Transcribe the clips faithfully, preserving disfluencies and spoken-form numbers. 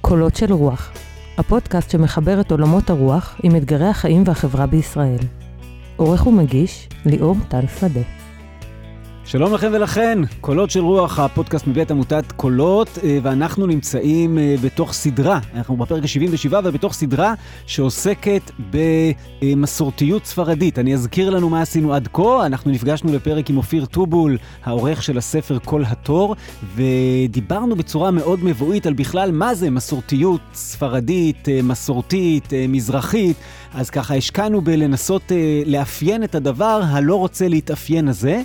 קולות של רוח, הפודקאסט שמחבר את עולמות הרוח עם אתגרי החיים והחברה בישראל. עורך ומגיש, ליאור טל שדה. שלום לכם ולכן, קולות של רוח, הפודקאסט מבית עמותת קולות, ואנחנו נמצאים בתוך סדרה, אנחנו בפרק ה-שבעים ושבע, ובתוך סדרה שעוסקת במסורתיות ספרדית. אני אזכיר לנו מה עשינו עד כה. אנחנו נפגשנו לפרק עם אופיר טובול, העורך של הספר כל התור, ודיברנו בצורה מאוד מבואית על בכלל מה זה מסורתיות ספרדית, מסורתית, מזרחית. אז ככה השקענו בלנסות לאפיין את הדבר הלא רוצה להתאפיין הזה,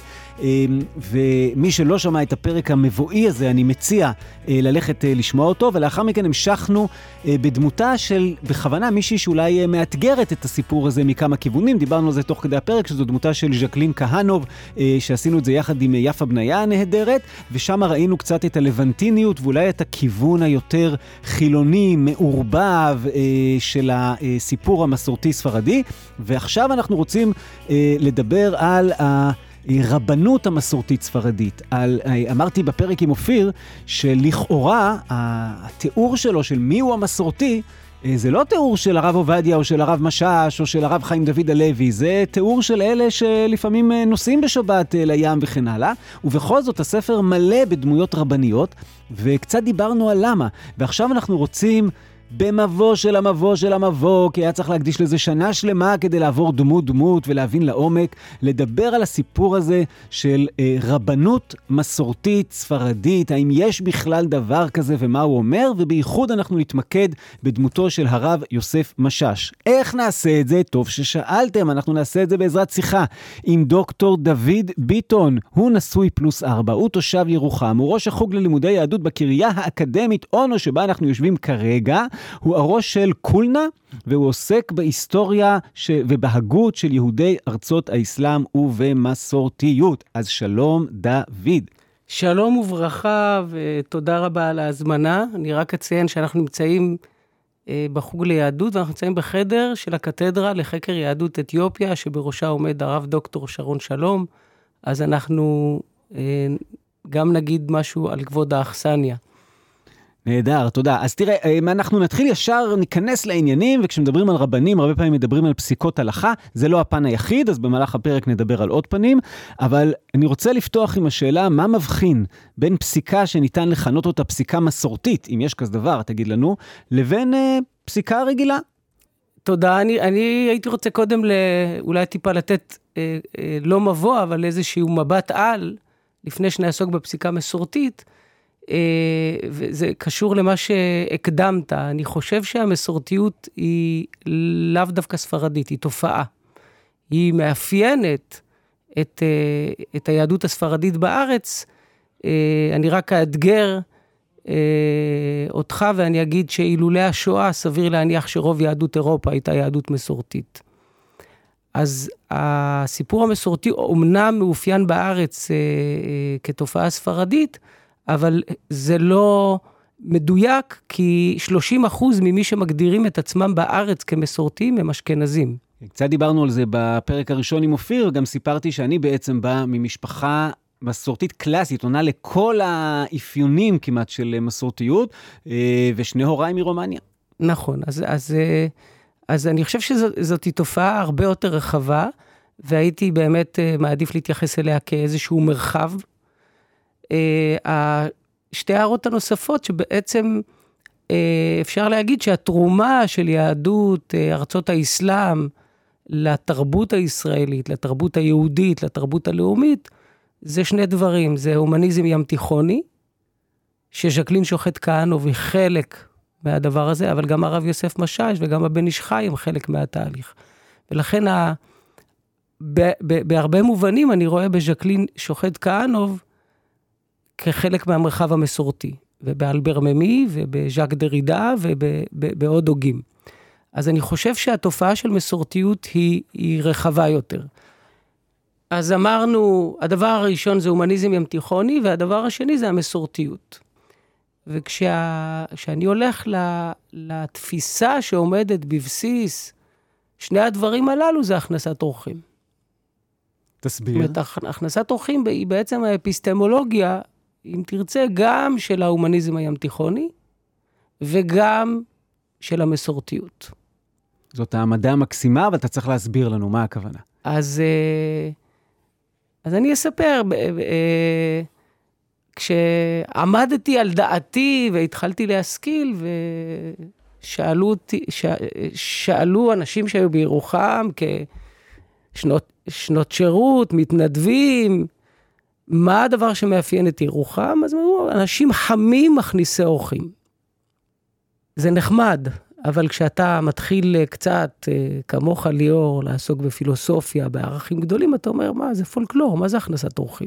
ומי שלא שמע את הפרק המבואי הזה, אני מציע ללכת לשמוע אותו, ולאחר מכן המשכנו בדמותה של, בכוונה, מישהי שאולי מאתגרת את הסיפור הזה מכמה כיוונים. דיברנו על זה תוך כדי הפרק, שזו דמותה של ז'קלין כהנוב, שעשינו את זה יחד עם יפה בניה הנהדרת, ושם ראינו קצת את הלבנטיניות, ואולי את הכיוון היותר חילוני, מעורבב של הסיפור המסורתי ספרדי. ועכשיו אנחנו רוצים לדבר על ה... רבנות המסורתית ספרדית. על, אמרתי בפרק עם אופיר, שלכאורה התיאור שלו של מיהו המסורתי, זה לא תיאור של הרב עובדיה או של הרב משש או של הרב חיים דוד הלוי, זה תיאור של אלה שלפעמים נוסעים בשבת לים וכן הלאה, ובכל זאת הספר מלא בדמויות רבניות, וקצת דיברנו על למה, ועכשיו אנחנו רוצים במבוא של המבוא של המבוא, כי היה צריך להקדיש לזה שנה שלמה כדי לעבור דמות דמות ולהבין לעומק, לדבר על הסיפור הזה של אה, רבנות מסורתית ספרדית, האם יש בכלל דבר כזה ומה הוא אומר, ובייחוד אנחנו נתמקד בדמותו של הרב יוסף משש. איך נעשה את זה? טוב ששאלתם, אנחנו נעשה את זה בעזרת שיחה עם דוקטור דוד ביטון. הוא נשוי פלוס ארבע, הוא תושב ירוחם, הוא ראש החוג ללימודי יהדות בקריה האקדמית אונו שבה אנחנו יושבים כרגע, הוא הראש של קולנה, והוא עוסק בהיסטוריה ש... ובהגות של יהודי ארצות האסלאם ובמסורתיות. אז שלום דוד. שלום וברכה, ותודה רבה על ההזמנה. אני רק אציין שאנחנו נמצאים אה, בחוג ליהדות, ואנחנו נמצאים בחדר של הקתדרה לחקר יהדות אתיופיה, שבראשה עומד הרב דוקטור שרון שלום. אז אנחנו אה, גם נגיד משהו על כבוד האכסניה. נהדר, תודה. אז תראה, אנחנו נתחיל ישר, ניכנס לעניינים, וכשמדברים על רבנים, הרבה פעמים מדברים על פסיקות הלכה, זה לא הפן היחיד, אז במהלך הפרק נדבר על עוד פנים, אבל אני רוצה לפתוח עם השאלה, מה מבחין בין פסיקה שניתן לכנות אותה פסיקה מסורתית, אם יש כזה דבר, תגיד לנו, לבין אה, פסיקה רגילה? תודה, אני, אני הייתי רוצה קודם לא, אולי טיפה לתת, אה, אה, לא מבוא, אבל איזשהו מבט על, לפני שנעסוק בפסיקה מסורתית, וזה קשור למה שהקדמת. אני חושב שהמסורתיות היא לאו דווקא ספרדית, היא תופעה. היא מאפיינת את, את היהדות הספרדית בארץ. אני רק אאתגר אותך ואני אגיד שאילולי השואה סביר להניח שרוב יהדות אירופה הייתה יהדות מסורתית. אז הסיפור המסורתי אומנם מאופיין בארץ כתופעה ספרדית, אבל זה לא מדויק, כי שלושים אחוז ממי שמגדירים את עצמם בארץ כמסורתיים הם אשכנזים. קצת דיברנו על זה בפרק הראשון עם אופיר, גם סיפרתי שאני בעצם בא ממשפחה מסורתית קלאסית, עונה לכל האפיונים כמעט של מסורתיות, ושני הוריי מרומניה. נכון, אז, אז, אז אני חושב שזאת תופעה הרבה יותר רחבה, והייתי באמת מעדיף להתייחס אליה כאיזשהו מרחב, שתי הערות הנוספות שבעצם אפשר להגיד שהתרומה של יהדות ארצות האסלאם לתרבות הישראלית, לתרבות היהודית, לתרבות הלאומית, זה שני דברים. זה הומניזם ים תיכוני, שז'קלין שוחט כהנוב היא חלק מהדבר הזה, אבל גם הרב יוסף משש וגם הבן איש חי הם חלק מהתהליך. ולכן ה... ב- ב- בהרבה מובנים אני רואה בז'קלין שוחט כהנוב כחלק מהמרחב המסורתי, ובאלבר ממי, ובז'ק דרידה, ובעוד הוגים. אז אני חושב שהתופעה של מסורתיות היא, היא רחבה יותר. אז אמרנו, הדבר הראשון זה הומניזם ים תיכוני, והדבר השני זה המסורתיות. וכשאני הולך לתפיסה שעומדת בבסיס, שני הדברים הללו זה הכנסת אורחים. תסביר. זאת אומרת, הכנסת אורחים היא בעצם האפיסטמולוגיה, אם תרצה, גם של ההומניזם הים תיכוני, וגם של המסורתיות. זאת העמדה המקסימה, אבל אתה צריך להסביר לנו מה הכוונה. אז, אז אני אספר, כשעמדתי על דעתי והתחלתי להשכיל, ושאלו אותי, שאלו אנשים שהיו בירוחם, כשנות שנות שירות, מתנדבים, מה הדבר שמאפיין את ירוחם? אז אמרו, אנשים חמים מכניסי אורחים. זה נחמד, אבל כשאתה מתחיל קצת, כמוך ליאור, לעסוק בפילוסופיה, בערכים גדולים, אתה אומר, מה, זה פולקלור, מה זה הכנסת אורחים?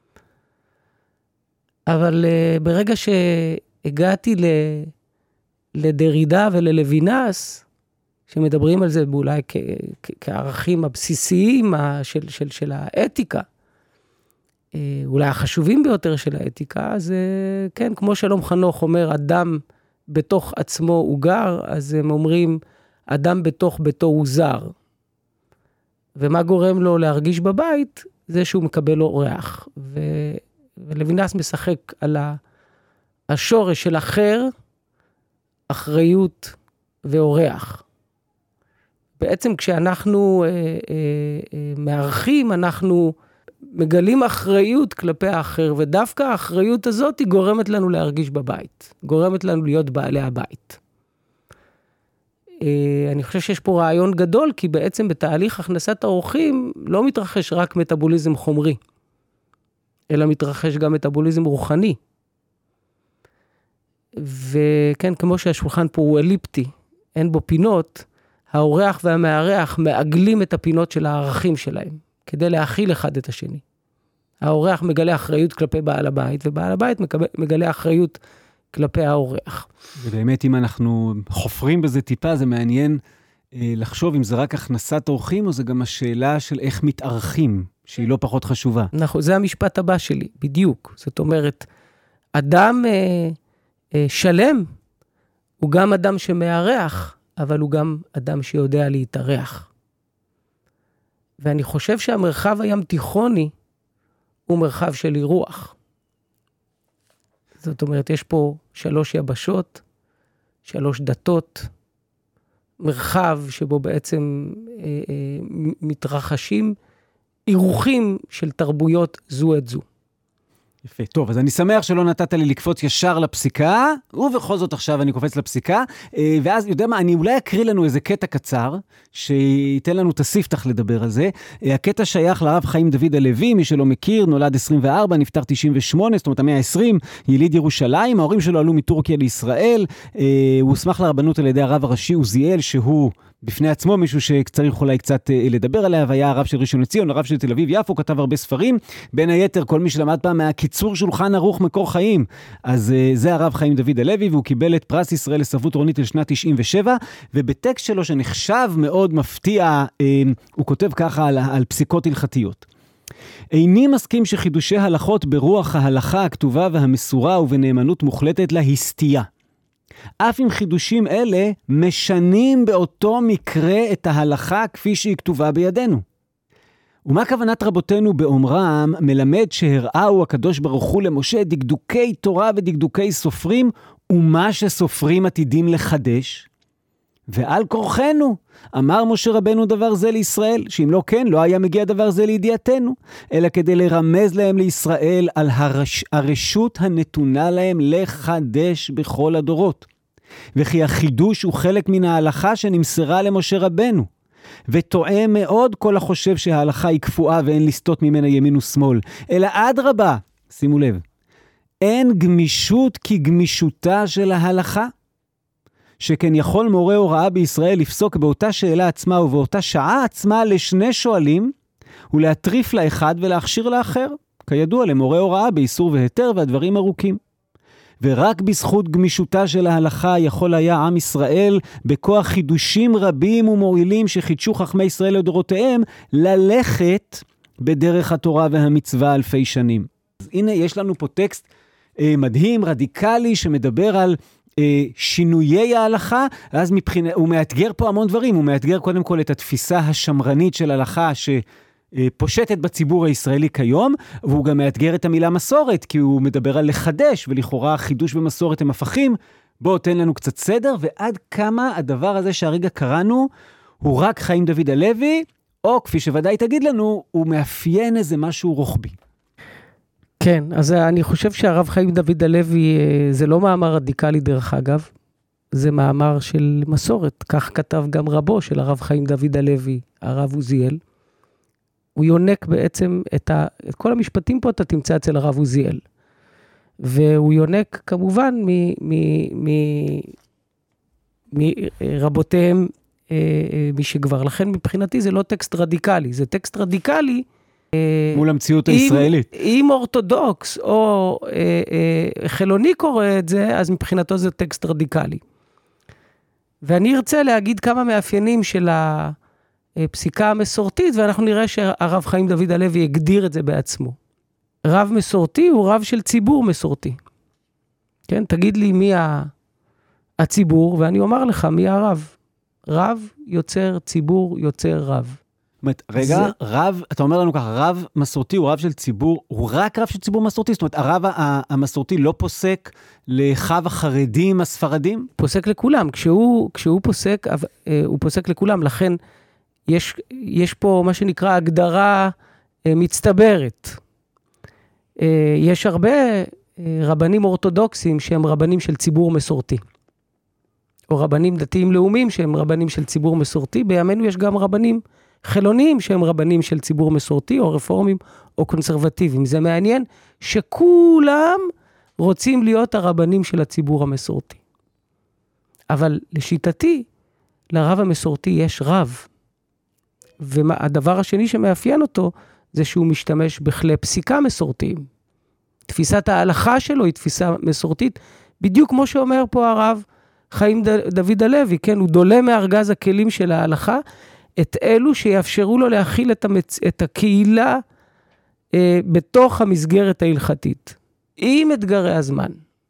אבל ברגע שהגעתי לדרידה וללוינס, שמדברים על זה אולי כערכים הבסיסיים של, של, של האתיקה, אולי החשובים ביותר של האתיקה, אז כן, כמו שלום חנוך אומר, אדם בתוך עצמו הוא גר, אז הם אומרים, אדם בתוך ביתו הוא זר. ומה גורם לו להרגיש בבית? זה שהוא מקבל לו אורח. ו... ולוינס משחק על השורש של אחר, אחריות ואורח. בעצם כשאנחנו אה, אה, אה, מארחים, אנחנו מגלים אחריות כלפי האחר, ודווקא האחריות הזאת היא גורמת לנו להרגיש בבית, גורמת לנו להיות בעלי הבית. אה, אני חושב שיש פה רעיון גדול, כי בעצם בתהליך הכנסת האורחים לא מתרחש רק מטאבוליזם חומרי, אלא מתרחש גם מטאבוליזם רוחני. וכן, כמו שהשולחן פה הוא אליפטי, אין בו פינות, האורח והמארח מעגלים את הפינות של הערכים שלהם, כדי להכיל אחד את השני. האורח מגלה אחריות כלפי בעל הבית, ובעל הבית מגלה אחריות כלפי האורח. ובאמת, אם אנחנו חופרים בזה טיפה, זה מעניין אה, לחשוב אם זה רק הכנסת אורחים, או זה גם השאלה של איך מתארחים, שהיא לא פחות חשובה. נכון, זה המשפט הבא שלי, בדיוק. זאת אומרת, אדם אה, אה, שלם, הוא גם אדם שמארח, אבל הוא גם אדם שיודע להתארח. ואני חושב שהמרחב הים תיכוני הוא מרחב של אירוח. זאת אומרת, יש פה שלוש יבשות, שלוש דתות, מרחב שבו בעצם אה, אה, מתרחשים אירוחים של תרבויות זו את זו. יפה, טוב, אז אני שמח שלא נתת לי לקפוץ ישר לפסיקה, ובכל זאת עכשיו אני קופץ לפסיקה, ואז, יודע מה, אני אולי אקריא לנו איזה קטע קצר, שייתן לנו את הספתח לדבר על זה. הקטע שייך לרב חיים דוד הלוי, מי שלא מכיר, נולד עשרים וארבע, נפטר תשעים ושמונה, זאת אומרת, המאה ה-עשרים, יליד ירושלים, ההורים שלו עלו מטורקיה לישראל, הוא הוסמך לרבנות על ידי הרב הראשי עוזיאל, שהוא בפני עצמו מישהו שצריך אולי קצת לדבר עליו, היה הרב של ראשון לציון, הרב של תל אביב יפו, כתב הרבה ספרים, בין היתר כל מי שלמד פעם מהקיצור שולחן ערוך מקור חיים, אז זה הרב חיים דוד הלוי, והוא קיבל את פרס ישראל לספרות תורנית לשנת תשעים ושבע, ובטקסט שלו שנחשב מאוד מפתיע, הוא כותב ככה על, על פסיקות הלכתיות. איני מסכים שחידושי הלכות ברוח ההלכה הכתובה והמסורה ובנאמנות מוחלטת להסתיה. אף אם חידושים אלה משנים באותו מקרה את ההלכה כפי שהיא כתובה בידינו. ומה כוונת רבותינו באומרם מלמד שהראו הקדוש ברוך הוא למשה דקדוקי תורה ודקדוקי סופרים ומה שסופרים עתידים לחדש? ועל כורחנו אמר משה רבנו דבר זה לישראל, שאם לא כן לא היה מגיע דבר זה לידיעתנו, אלא כדי לרמז להם לישראל על הרש... הרשות הנתונה להם לחדש בכל הדורות. וכי החידוש הוא חלק מן ההלכה שנמסרה למשה רבנו. וטועה מאוד כל החושב שההלכה היא קפואה ואין לסטות ממנה ימין ושמאל, אלא אדרבה, שימו לב, אין גמישות כגמישותה של ההלכה. שכן יכול מורה הוראה בישראל לפסוק באותה שאלה עצמה ובאותה שעה עצמה לשני שואלים, ולהטריף לאחד ולהכשיר לאחר. כידוע למורה הוראה באיסור והיתר והדברים ארוכים. ורק בזכות גמישותה של ההלכה יכול היה עם ישראל, בכוח חידושים רבים ומועילים שחידשו חכמי ישראל לדורותיהם, ללכת בדרך התורה והמצווה אלפי שנים. אז הנה יש לנו פה טקסט אה, מדהים, רדיקלי, שמדבר על שינויי ההלכה, אז מבחינה, הוא מאתגר פה המון דברים, הוא מאתגר קודם כל את התפיסה השמרנית של הלכה שפושטת בציבור הישראלי כיום, והוא גם מאתגר את המילה מסורת, כי הוא מדבר על לחדש, ולכאורה חידוש במסורת הם הפכים, בוא תן לנו קצת סדר, ועד כמה הדבר הזה שהרגע קראנו, הוא רק חיים דוד הלוי, או כפי שוודאי תגיד לנו, הוא מאפיין איזה משהו רוחבי. כן, אז אני חושב שהרב חיים דוד הלוי, זה לא מאמר רדיקלי דרך אגב, זה מאמר של מסורת, כך כתב גם רבו של הרב חיים דוד הלוי, הרב עוזיאל. הוא יונק בעצם את, ה, את כל המשפטים פה, אתה תמצא אצל הרב עוזיאל. והוא יונק כמובן מרבותיהם משכבר. לכן מבחינתי זה לא טקסט רדיקלי, זה טקסט רדיקלי, מול המציאות הישראלית. אם אורתודוקס או חילוני קורא את זה, אז מבחינתו זה טקסט רדיקלי. ואני ארצה להגיד כמה מאפיינים של הפסיקה המסורתית, ואנחנו נראה שהרב חיים דוד הלוי הגדיר את זה בעצמו. רב מסורתי הוא רב של ציבור מסורתי. כן, תגיד לי מי הציבור, ואני אומר לך מי הרב. רב יוצר ציבור יוצר רב. רגע, זה... רב, אתה אומר לנו ככה, רב מסורתי הוא רב של ציבור, הוא רק רב של ציבור מסורתי? זאת אומרת, הרב המסורתי לא פוסק לחב החרדים הספרדים? פוסק לכולם. כשהוא, כשהוא פוסק, הוא פוסק לכולם. לכן יש, יש פה מה שנקרא הגדרה מצטברת. יש הרבה רבנים אורתודוקסים שהם רבנים של ציבור מסורתי. או רבנים דתיים לאומיים שהם רבנים של ציבור מסורתי. בימינו יש גם רבנים חילונים שהם רבנים של ציבור מסורתי, או רפורמים, או קונסרבטיביים. זה מעניין שכולם רוצים להיות הרבנים של הציבור המסורתי. אבל לשיטתי, לרב המסורתי יש רב. והדבר השני שמאפיין אותו, זה שהוא משתמש בכלי פסיקה מסורתיים. תפיסת ההלכה שלו היא תפיסה מסורתית, בדיוק כמו שאומר פה הרב חיים דוד הלוי, כן? הוא דולה מארגז הכלים של ההלכה, את אלו שיאפשרו לו להכיל את, המצ... את הקהילה אה, בתוך המסגרת ההלכתית, עם אתגרי הזמן.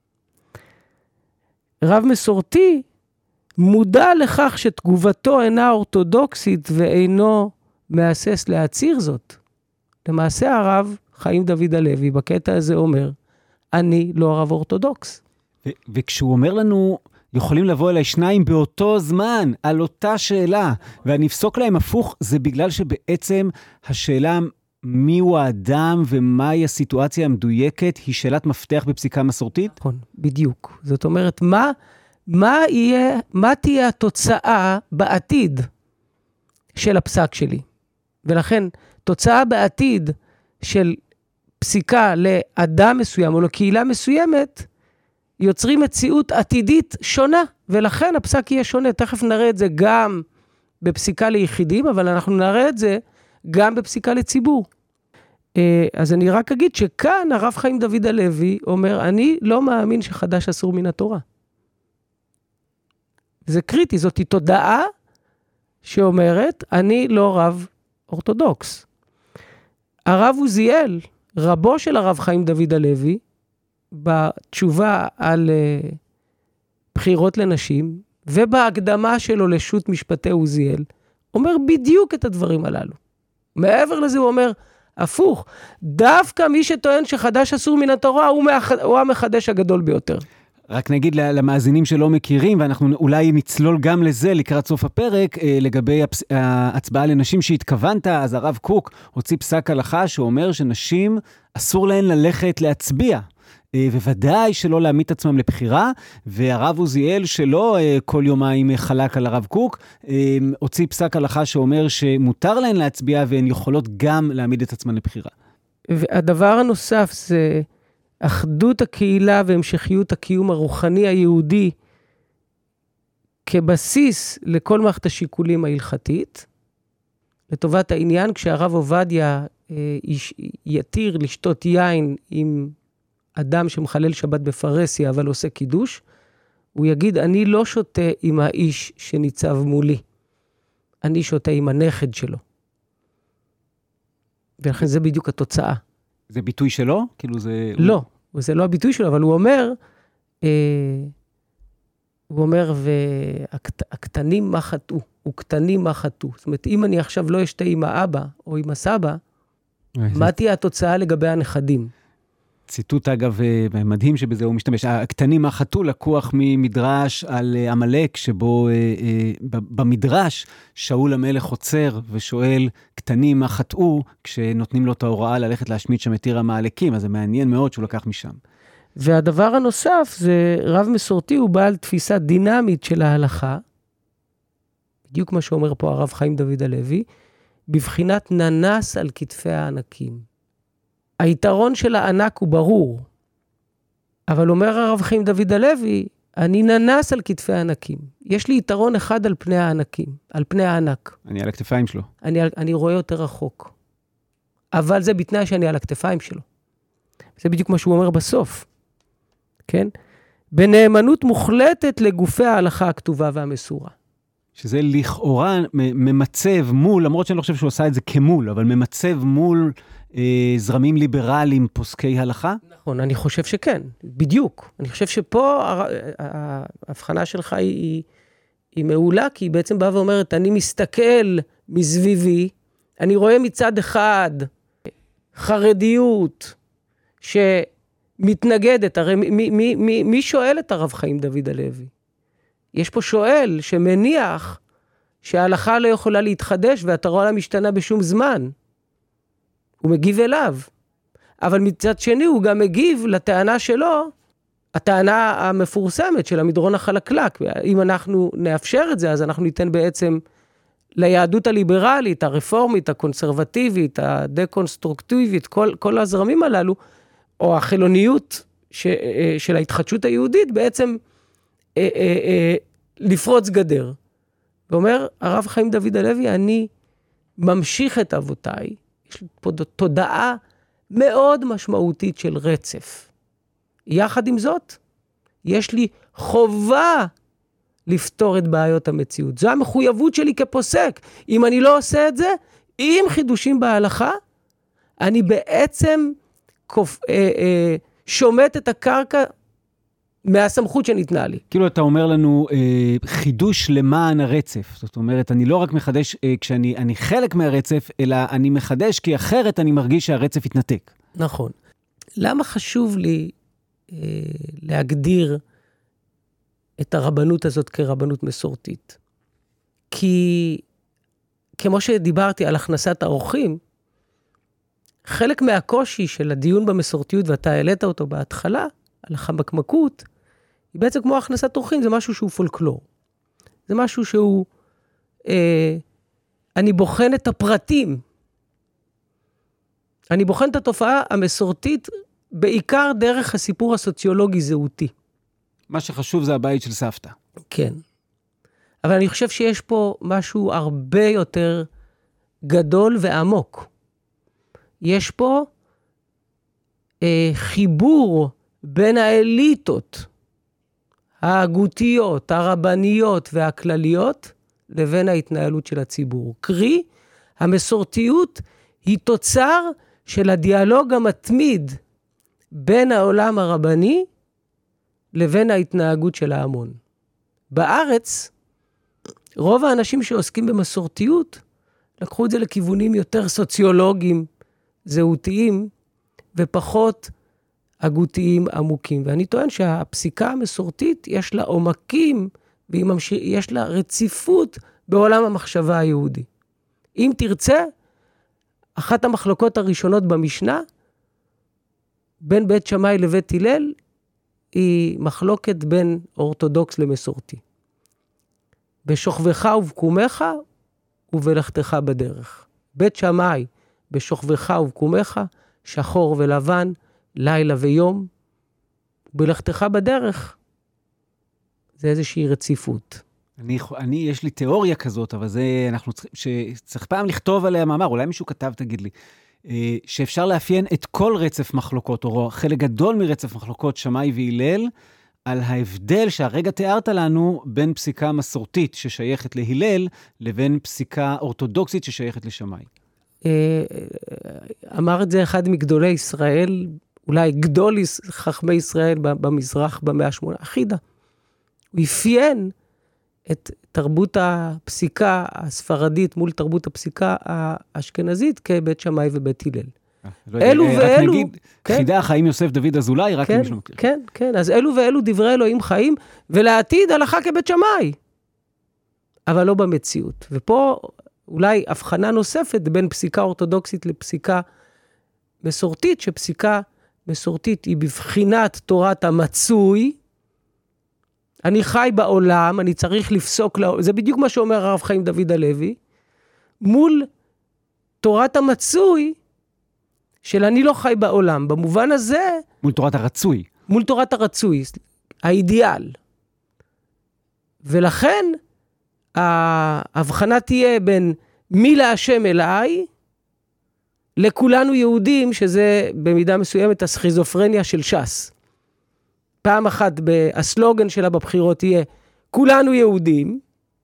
רב מסורתי מודע לכך שתגובתו אינה אורתודוקסית ואינו מאסס להציר זאת. למעשה הרב חיים דוד הלוי בקטע הזה אומר, אני לא הרב אורתודוקס. ו- וכשהוא אומר לנו, יכולים לבוא אליי שניים באותו זמן, על אותה שאלה, ואני אפסוק להם הפוך, זה בגלל שבעצם השאלה מי הוא האדם ומהי הסיטואציה המדויקת, היא שאלת מפתח בפסיקה מסורתית? נכון, בדיוק. זאת אומרת, מה, מה יהיה, מה תהיה התוצאה בעתיד של הפסק שלי? ולכן, תוצאה בעתיד של פסיקה לאדם מסוים או לקהילה מסוימת, יוצרים מציאות עתידית שונה, ולכן הפסק יהיה שונה. תכף נראה את זה גם בפסיקה ליחידים, אבל אנחנו נראה את זה גם בפסיקה לציבור. אז אני רק אגיד שכאן הרב חיים דוד הלוי אומר, אני לא מאמין שחדש אסור מן התורה. זה קריטי, זאת תודעה שאומרת, אני לא רב אורתודוקס. הרב עוזיאל, רבו של הרב חיים דוד הלוי, בתשובה על uh, בחירות לנשים, ובהקדמה שלו לשו"ת משפטי עוזיאל, אומר בדיוק את הדברים הללו. מעבר לזה הוא אומר, הפוך, דווקא מי שטוען שחדש אסור מן התורה, הוא, מאח... הוא המחדש הגדול ביותר. רק נגיד למאזינים שלא מכירים, ואנחנו אולי נצלול גם לזה לקראת סוף הפרק, לגבי ההצבעה לנשים שהתכוונת, אז הרב קוק הוציא פסק הלכה שאומר שנשים אסור להן ללכת להצביע. וודאי שלא להעמיד את עצמם לבחירה, והרב עוזיאל שלא כל יומיים חלק על הרב קוק, הוציא פסק הלכה שאומר שמותר להן להצביע, והן יכולות גם להעמיד את עצמם לבחירה. והדבר הנוסף זה אחדות הקהילה והמשכיות הקיום הרוחני היהודי, כבסיס לכל מערכת השיקולים ההלכתית, לטובת העניין, כשהרב עובדיה יתיר לשתות יין עם אדם שמחלל שבת בפרסיה, אבל עושה קידוש, הוא יגיד, אני לא שותה עם האיש שניצב מולי. אני שותה עם הנכד שלו. ולכן זה בדיוק התוצאה. זה ביטוי שלו? כאילו זה... לא, זה לא הביטוי שלו, אבל הוא אומר, אה, הוא אומר, והקטנים מה חטאו, וקטנים מה חטאו. זאת אומרת, אם אני עכשיו לא אשתה עם האבא, או עם הסבא, מה תהיה התוצאה לגבי הנכדים? ציטוט אגב מדהים שבזה הוא משתמש. הקטנים החתול לקוח ממדרש על עמלק, שבו במדרש שאול המלך עוצר ושואל קטנים החתאו, כשנותנים לו את ההוראה ללכת להשמיד שם את עיר המעלקים, אז זה מעניין מאוד שהוא לקח משם. והדבר הנוסף זה רב מסורתי, הוא בעל תפיסה דינמית של ההלכה, בדיוק מה שאומר פה הרב חיים דוד הלוי, בבחינת ננס על כתפי הענקים. היתרון של הענק הוא ברור, אבל אומר הרב חיים דוד הלוי, אני ננס על כתפי הענקים. יש לי יתרון אחד על פני הענקים, על פני הענק. אני על הכתפיים שלו. אני, אני רואה יותר רחוק. אבל זה בתנאי שאני על הכתפיים שלו. זה בדיוק מה שהוא אומר בסוף. כן? בנאמנות מוחלטת לגופי ההלכה הכתובה והמסורה. שזה לכאורה ממצב מול, למרות שאני לא חושב שהוא עשה את זה כמול, אבל ממצב מול אה, זרמים ליברליים פוסקי הלכה? נכון, אני חושב שכן, בדיוק. אני חושב שפה ההבחנה שלך היא, היא, היא מעולה, כי היא בעצם באה ואומרת, אני מסתכל מסביבי, אני רואה מצד אחד חרדיות שמתנגדת, הרי מי, מי, מי, מי שואל את הרב חיים דוד הלוי? יש פה שואל שמניח שההלכה לא יכולה להתחדש והתורה לא משתנה בשום זמן. הוא מגיב אליו. אבל מצד שני הוא גם מגיב לטענה שלו, הטענה המפורסמת של המדרון החלקלק. אם אנחנו נאפשר את זה, אז אנחנו ניתן בעצם ליהדות הליברלית, הרפורמית, הקונסרבטיבית, הדקונסטרוקטיבית, כל, כל הזרמים הללו, או החילוניות ש, של ההתחדשות היהודית, בעצם אה, אה, אה, לפרוץ גדר. ואומר, הרב חיים דוד הלוי, אני ממשיך את אבותיי, יש לי פה תודעה מאוד משמעותית של רצף. יחד עם זאת, יש לי חובה לפתור את בעיות המציאות. זו המחויבות שלי כפוסק. אם אני לא עושה את זה, עם חידושים בהלכה, אני בעצם קופ, אה, אה, שומט את הקרקע מהסמכות שניתנה לי. כאילו אתה אומר לנו אה, חידוש למען הרצף. זאת אומרת, אני לא רק מחדש אה, כשאני אני חלק מהרצף, אלא אני מחדש כי אחרת אני מרגיש שהרצף יתנתק. נכון. למה חשוב לי אה, להגדיר את הרבנות הזאת כרבנות מסורתית? כי כמו שדיברתי על הכנסת האורחים, חלק מהקושי של הדיון במסורתיות, ואתה העלית אותו בהתחלה, על החמקמקות, היא בעצם כמו הכנסת אורחים, זה משהו שהוא פולקלור. זה משהו שהוא, אה, אני בוחן את הפרטים. אני בוחן את התופעה המסורתית, בעיקר דרך הסיפור הסוציולוגי זהותי. מה שחשוב זה הבית של סבתא. כן. אבל אני חושב שיש פה משהו הרבה יותר גדול ועמוק. יש פה אה, חיבור בין האליטות, ההגותיות, הרבניות והכלליות, לבין ההתנהלות של הציבור. קרי, המסורתיות היא תוצר של הדיאלוג המתמיד בין העולם הרבני לבין ההתנהגות של ההמון. בארץ, רוב האנשים שעוסקים במסורתיות, לקחו את זה לכיוונים יותר סוציולוגיים, זהותיים, ופחות הגותיים עמוקים. ואני טוען שהפסיקה המסורתית יש לה עומקים, ויש לה רציפות בעולם המחשבה היהודי. אם תרצה, אחת המחלוקות הראשונות במשנה, בין בית שמאי לבית הלל, היא מחלוקת בין אורתודוקס למסורתי. בשוכבך ובקומך ובלכתך בדרך. בית שמאי בשוכבך ובקומך, שחור ולבן, לילה ויום, בלכתך בדרך, זה איזושהי רציפות. אני, אני, יש לי תיאוריה כזאת, אבל זה, אנחנו צריכים, שצריך פעם לכתוב עליה מאמר, אולי מישהו כתב, תגיד לי, שאפשר לאפיין את כל רצף מחלוקות, או חלק גדול מרצף מחלוקות, שמאי והלל, על ההבדל שהרגע תיארת לנו, בין פסיקה מסורתית ששייכת להלל, לבין פסיקה אורתודוקסית ששייכת לשמאי. אמר את זה אחד מגדולי ישראל, אולי גדול חכמי ישראל במזרח במאה השמונה, אחידה. הוא אפיין את תרבות הפסיקה הספרדית מול תרבות הפסיקה האשכנזית כבית שמאי ובית הלל. אלו רק ואלו... נגיד, כן. חידה חיים יוסף דוד אזולאי, רק כן, מי שמכיר. כן, כן, אז אלו ואלו דברי אלוהים חיים, ולעתיד הלכה כבית שמאי, אבל לא במציאות. ופה אולי הבחנה נוספת בין פסיקה אורתודוקסית לפסיקה מסורתית, שפסיקה מסורתית היא בבחינת תורת המצוי, אני חי בעולם, אני צריך לפסוק, לה... זה בדיוק מה שאומר הרב חיים דוד הלוי, מול תורת המצוי, של אני לא חי בעולם. במובן הזה... מול תורת הרצוי. מול תורת הרצוי, האידיאל. ולכן, ההבחנה תהיה בין מי להשם אליי, לכולנו יהודים, שזה במידה מסוימת הסכיזופרניה של ש"ס. פעם אחת, הסלוגן שלה בבחירות יהיה, כולנו יהודים,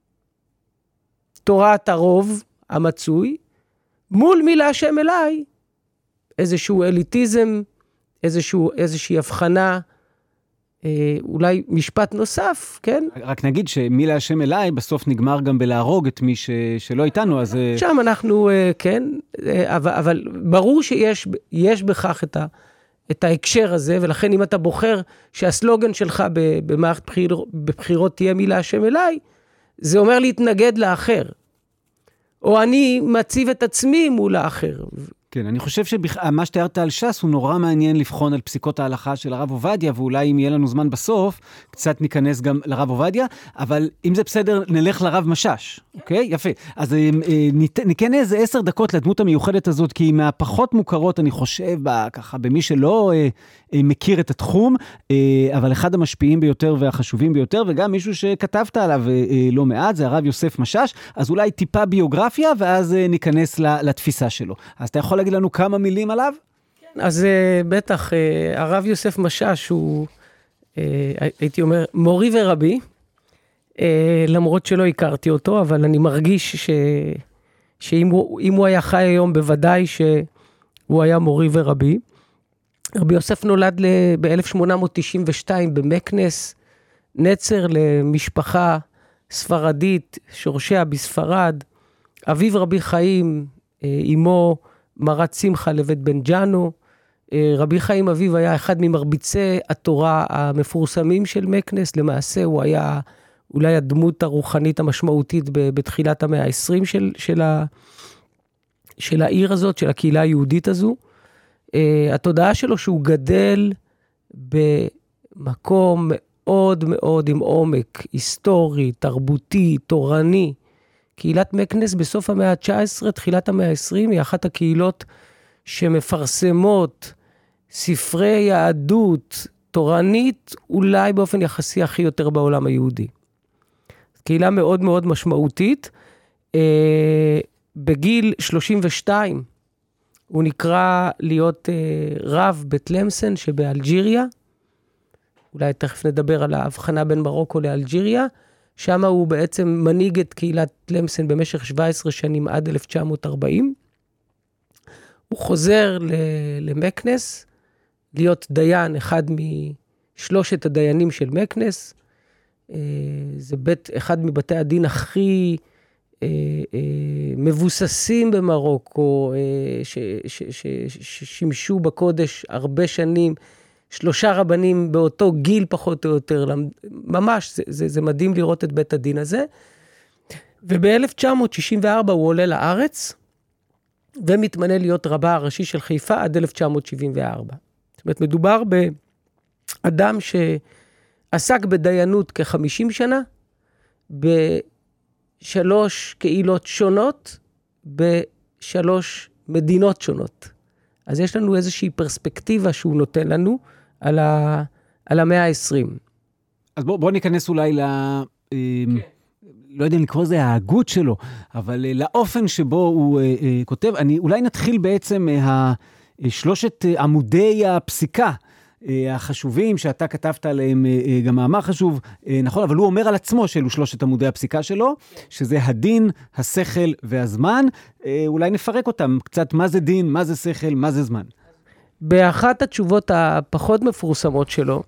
תורת הרוב המצוי, מול מי להשם אליי, איזשהו אליטיזם, איזשהו, איזושהי הבחנה, אה, אולי משפט נוסף, כן? רק נגיד שמי להשם אליי, בסוף נגמר גם בלהרוג את מי ש... שלא איתנו, אז... שם אנחנו, אה, כן, אה, אבל, אבל ברור שיש יש בכך את, ה, את ההקשר הזה, ולכן אם אתה בוחר שהסלוגן שלך במערכת בחיר, בבחירות תהיה מי להשם אליי, זה אומר להתנגד לאחר. או אני מציב את עצמי מול האחר. כן, אני חושב שמה שתיארת על ש"ס הוא נורא מעניין לבחון על פסיקות ההלכה של הרב עובדיה, ואולי אם יהיה לנו זמן בסוף, קצת ניכנס גם לרב עובדיה, אבל אם זה בסדר, נלך לרב משש, אוקיי? יפה. אז ניתן איזה עשר דקות לדמות המיוחדת הזאת, כי היא מהפחות מוכרות, אני חושב, ככה, במי שלא מכיר את התחום, אבל אחד המשפיעים ביותר והחשובים ביותר, וגם מישהו שכתבת עליו לא מעט, זה הרב יוסף משש, אז אולי טיפה ביוגרפיה, ואז ניכנס לתפיסה שלו. אז אתה יכול להגיד לנו כמה מילים עליו? כן, אז uh, בטח, uh, הרב יוסף משש הוא, uh, הייתי אומר, מורי ורבי, uh, למרות שלא הכרתי אותו, אבל אני מרגיש ש, שאם הוא, אם הוא היה חי היום, בוודאי שהוא היה מורי ורבי. רבי יוסף נולד ב-אלף שמונה מאות תשעים ושתיים במקנס, נצר למשפחה ספרדית, שורשיה בספרד, אביו רבי חיים, uh, אמו, מרת שמחה לבית בן ג'אנו, רבי חיים אביב היה אחד ממרביצי התורה המפורסמים של מקנס, למעשה הוא היה אולי הדמות הרוחנית המשמעותית בתחילת המאה ה-עשרים של, של, ה, של העיר הזאת, של הקהילה היהודית הזו. התודעה שלו שהוא גדל במקום מאוד מאוד עם עומק, היסטורי, תרבותי, תורני, קהילת מקנס בסוף המאה ה-תשע עשרה, תחילת המאה ה-עשרים, היא אחת הקהילות שמפרסמות ספרי יהדות תורנית, אולי באופן יחסי הכי יותר בעולם היהודי. קהילה מאוד מאוד משמעותית. אה, בגיל שלושים ושתיים, הוא נקרא להיות אה, רב בתלמסן שבאלג'יריה, אולי תכף נדבר על ההבחנה בין מרוקו לאלג'יריה, שם הוא בעצם מנהיג את קהילת תלמסן במשך שבע עשרה שנים עד אלף תשע מאות ארבעים. הוא חוזר למקנס, להיות דיין, אחד משלושת הדיינים של מקנס. זה בית, אחד מבתי הדין הכי מבוססים במרוקו, ששימשו בקודש הרבה שנים, שלושה רבנים באותו גיל פחות או יותר, ממש, זה, זה, זה מדהים לראות את בית הדין הזה. וב-אלף תשע מאות שישים וארבע הוא עולה לארץ, ומתמנה להיות רבה הראשי של חיפה עד אלף תשע מאות שבעים וארבע. זאת אומרת, מדובר באדם שעסק בדיינות כ-חמישים שנה, בשלוש קהילות שונות, בשלוש מדינות שונות. אז יש לנו איזושהי פרספקטיבה שהוא נותן לנו על, ה, על המאה ה-עשרים. אז בוא, בוא ניכנס אולי ל... כן. לא יודע אם לקרוא זה ההגות שלו, אבל לאופן שבו הוא אה, אה, כותב, אני אולי נתחיל בעצם מהשלושת אה, עמודי הפסיקה אה, החשובים, שאתה כתבת עליהם אה, אה, גם מאמר חשוב, אה, נכון, אבל הוא אומר על עצמו שאלו שלושת עמודי הפסיקה שלו, שזה הדין, השכל והזמן, אה, אולי נפרק אותם קצת, מה זה דין, מה זה שכל, מה זה זמן. באחת התשובות הפחות מפורסמות שלו,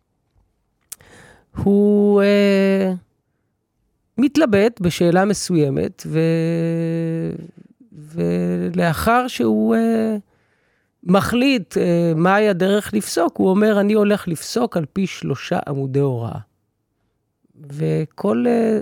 הוא... אה... מתלבט בשאלה מסוימת, ו... ולאחר שהוא uh, מחליט אה, מהי הדרך לפסוק, הוא אומר, אני הולך לפסוק על פי שלושה עמודי הוראה. וכל אה,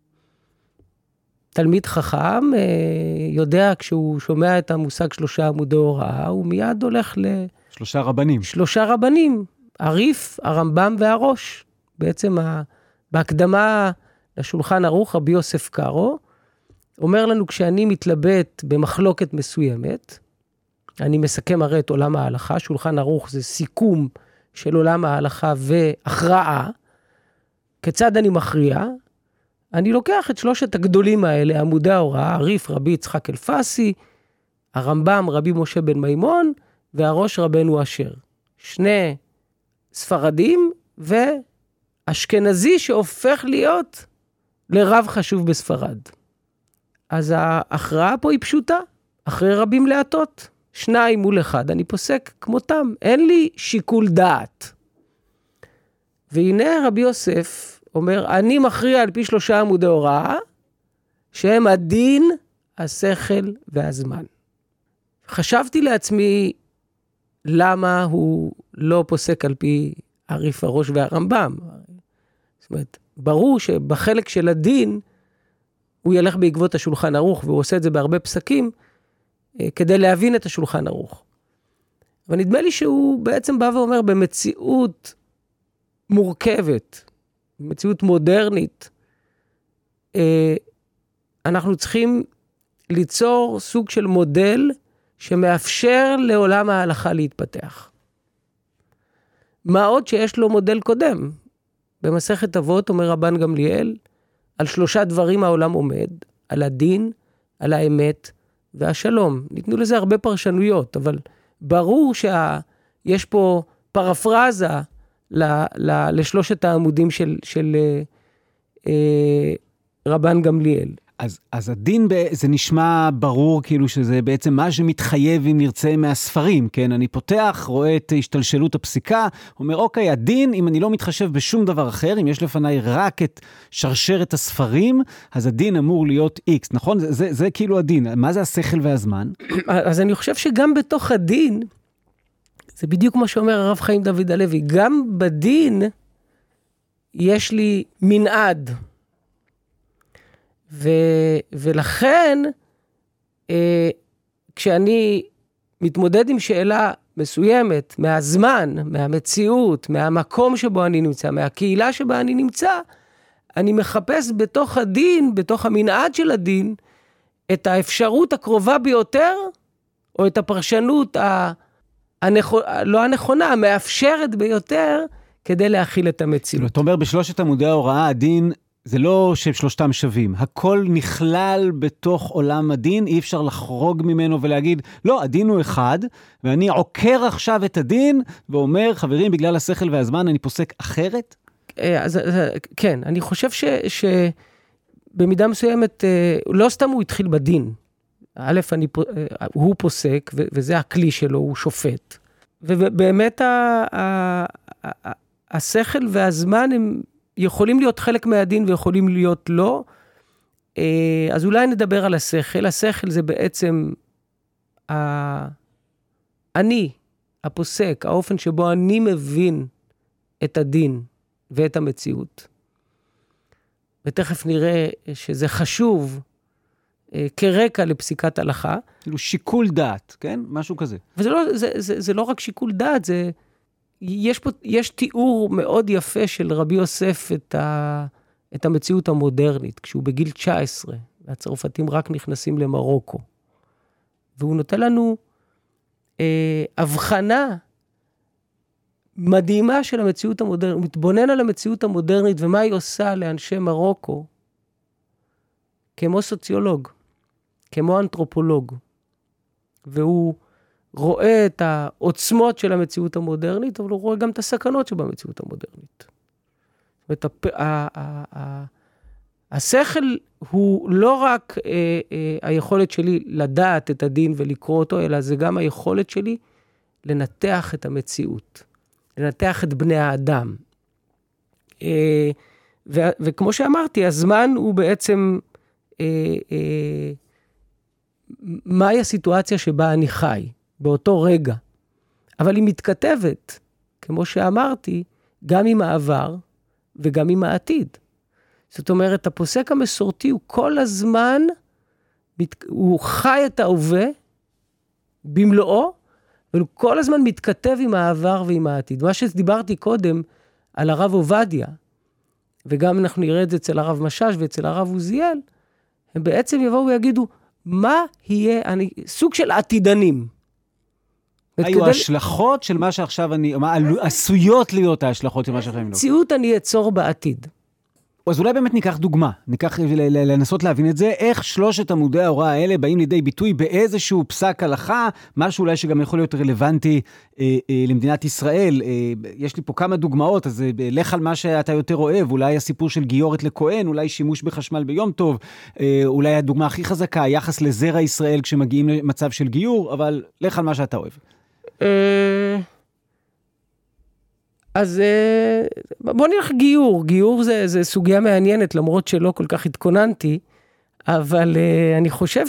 תלמיד חכם אה, יודע, כשהוא שומע את המושג שלושה עמודי הוראה, הוא מיד הולך ל... שלושה רבנים. שלושה רבנים, הריף, הרמב"ם והראש. בעצם ה... בהקדמה לשולחן ערוך, רבי יוסף קארו, אומר לנו, כשאני מתלבט במחלוקת מסוימת, אני מסכם הרי את עולם ההלכה, שולחן ערוך זה סיכום של עולם ההלכה והכרעה, כיצד אני מכריע? אני לוקח את שלושת הגדולים האלה, עמודי ההוראה, הריף רבי יצחק אלפסי, הרמב"ם רבי משה בן מימון, והראש רבנו אשר. שני ספרדים ואשכנזי שהופך להיות לרב חשוב בספרד. אז ההכרעה פה היא פשוטה, אחרי רבים להטות, שניים מול אחד, אני פוסק כמותם, אין לי שיקול דעת. והנה רבי יוסף אומר, אני מכריע על פי שלושה עמודי הוראה, שהם הדין, השכל והזמן. חשבתי לעצמי, למה הוא לא פוסק על פי הריף, הראש והרמב"ם? זאת אומרת, ברור שבחלק של הדין, הוא ילך בעקבות השולחן ערוך, והוא עושה את זה בהרבה פסקים, כדי להבין את השולחן ערוך. אבל נדמה לי שהוא בעצם בא ואומר, במציאות מורכבת, במציאות מודרנית, אנחנו צריכים ליצור סוג של מודל, שמאפשר לעולם ההלכה להתפתח. מה עוד שיש לו מודל קודם? במסכת אבות אומר רבן גמליאל, על שלושה דברים העולם עומד, על הדין, על האמת והשלום. ניתנו לזה הרבה פרשנויות, אבל ברור שיש פה פרפרזה ל, ל, לשלושת העמודים של, של אה, רבן גמליאל. אז, אז הדין, זה נשמע ברור כאילו שזה בעצם מה שמתחייב אם נרצה מהספרים, כן? אני פותח, רואה את השתלשלות הפסיקה, אומר, אוקיי, הדין, אם אני לא מתחשב בשום דבר אחר, אם יש לפניי רק את שרשרת הספרים, אז הדין אמור להיות X, נכון? זה, זה, זה כאילו הדין. מה זה השכל והזמן? אז אני חושב שגם בתוך הדין, זה בדיוק מה שאומר הרב חיים דוד הלוי, גם בדין יש לי מנעד, ו, ולכן, אה, כשאני מתמודד עם שאלה מסוימת, מהזמן, מהמציאות, מהמקום שבו אני נמצא, מהקהילה שבה אני נמצא, אני מחפש בתוך הדין, בתוך המנעד של הדין, את האפשרות הקרובה ביותר, או את הפרשנות ה, הנכ... לא הנכונה, המאפשרת ביותר, כדי להכיל את המציאות. אתה אומר, בשלושת עמודי ההוראה, הדין, זה לא ששלושתם שווים, הכל נכלל בתוך עולם הדין, אי אפשר לחרוג ממנו ולהגיד, לא, הדין הוא אחד, ואני עוקר עכשיו את הדין, ואומר, חברים, בגלל השכל והזמן, אני פוסק אחרת? אז, כן, אני חושב ש, שבמידה מסוימת, לא סתם הוא התחיל בדין, א', אני, הוא פוסק, וזה הכלי שלו, הוא שופט, ובאמת ה, ה, ה, השכל והזמן הם, יכולים להיות חלק מהדין ויכולים להיות לא. אז אולי נדבר על השכל. השכל זה בעצם אני, הפוסק, האופן שבו אני מבין את הדין ואת המציאות. ותכף נראה שזה חשוב כרקע לפסיקת הלכה. כאילו שיקול דעת, כן? משהו כזה. וזה לא, זה, זה, זה לא רק שיקול דעת, זה... יש פה, יש תיאור מאוד יפה של רבי יוסף את, ה, את המציאות המודרנית, כשהוא בגיל תשע עשרה, והצרפתים רק נכנסים למרוקו. והוא נותן לנו אה, הבחנה מדהימה של המציאות המודרנית, הוא מתבונן על המציאות המודרנית, ומה היא עושה לאנשי מרוקו, כמו סוציולוג, כמו אנתרופולוג. והוא רואה את העוצמות של המציאות המודרנית, אבל הוא רואה גם את הסכנות שבמציאות המודרנית. זאת אומרת, השכל הוא לא רק אה, אה, היכולת שלי לדעת את הדין ולקרוא אותו, אלא זה גם היכולת שלי לנתח את המציאות, לנתח את בני האדם. אה, ו, וכמו שאמרתי, הזמן הוא בעצם, אה, אה, מהי הסיטואציה שבה אני חי, באותו רגע. אבל היא מתכתבת, כמו שאמרתי, גם עם העבר וגם עם העתיד. זאת אומרת, הפוסק המסורתי הוא כל הזמן, הוא חי את ההווה במלואו, והוא כל הזמן מתכתב עם העבר ועם העתיד. מה שדיברתי קודם על הרב עובדיה, וגם אנחנו נראה את זה אצל הרב משש ואצל הרב עוזיאל, הם בעצם יבואו ויגידו, מה יהיה, אני, סוג של עתידנים. היו ההשלכות של מה שעכשיו אני, מה עשויות להיות ההשלכות של מה שעכשיו אני לא. ציאות אני אצור בעתיד. אז אולי באמת ניקח דוגמה, ניקח לנסות להבין את זה, איך שלושת עמודי ההוראה האלה באים לידי ביטוי באיזשהו פסק הלכה, משהו אולי שגם יכול להיות רלוונטי אה, אה, למדינת ישראל. אה, יש לי פה כמה דוגמאות, אז אה, לך על מה שאתה יותר אוהב, אולי הסיפור של גיורת לכהן, אולי שימוש בחשמל ביום טוב, אה, אולי הדוגמה הכי חזקה, היחס לזרע ישראל כשמגיעים למצב של גיור, אבל לך על מה שאתה אוהב. אה... אז בוא נלך גיור, גיור זה, זה סוגיה מעניינת, למרות שלא כל כך התכוננתי, אבל אני חושב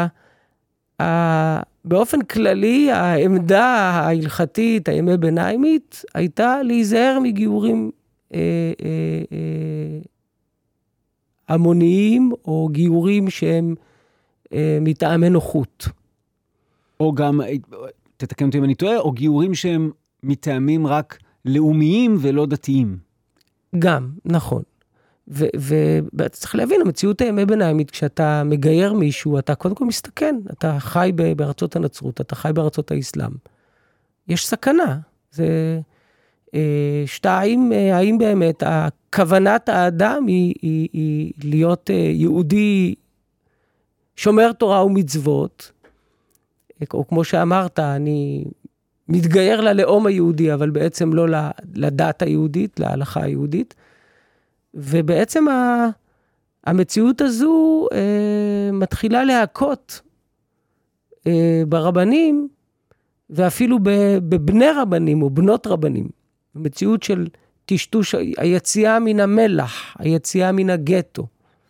שבאופן כללי, העמדה ההלכתית, הימי ביניימית, הייתה להיזהר מגיורים אה, אה, אה, המוניים, או גיורים שהם אה, מטעמי נוחות. או גם, תתקן אותי אם אני טועה, או גיורים שהם מטעמים רק לאומיים ולא דתיים. גם, נכון. וצריך להבין, המציאות הימי ביניימית, כשאתה מגייר מישהו, אתה קודם כל מסתכן, אתה חי בארצות הנצרות, אתה חי בארצות האסלאם. יש סכנה. זה, שתיים, האם באמת, כוונת האדם היא, היא, היא להיות יהודי שומר תורה ומצוות, או כמו שאמרת, אני מתגייר ללאום היהודי, אבל בעצם לא לדת היהודית, להלכה היהודית. ובעצם המציאות הזו אה, מתחילה להכות אה, ברבנים, ואפילו בבני רבנים או בנות רבנים. מציאות של טשטוש, היציאה מן המלח, היציאה מן הגטו,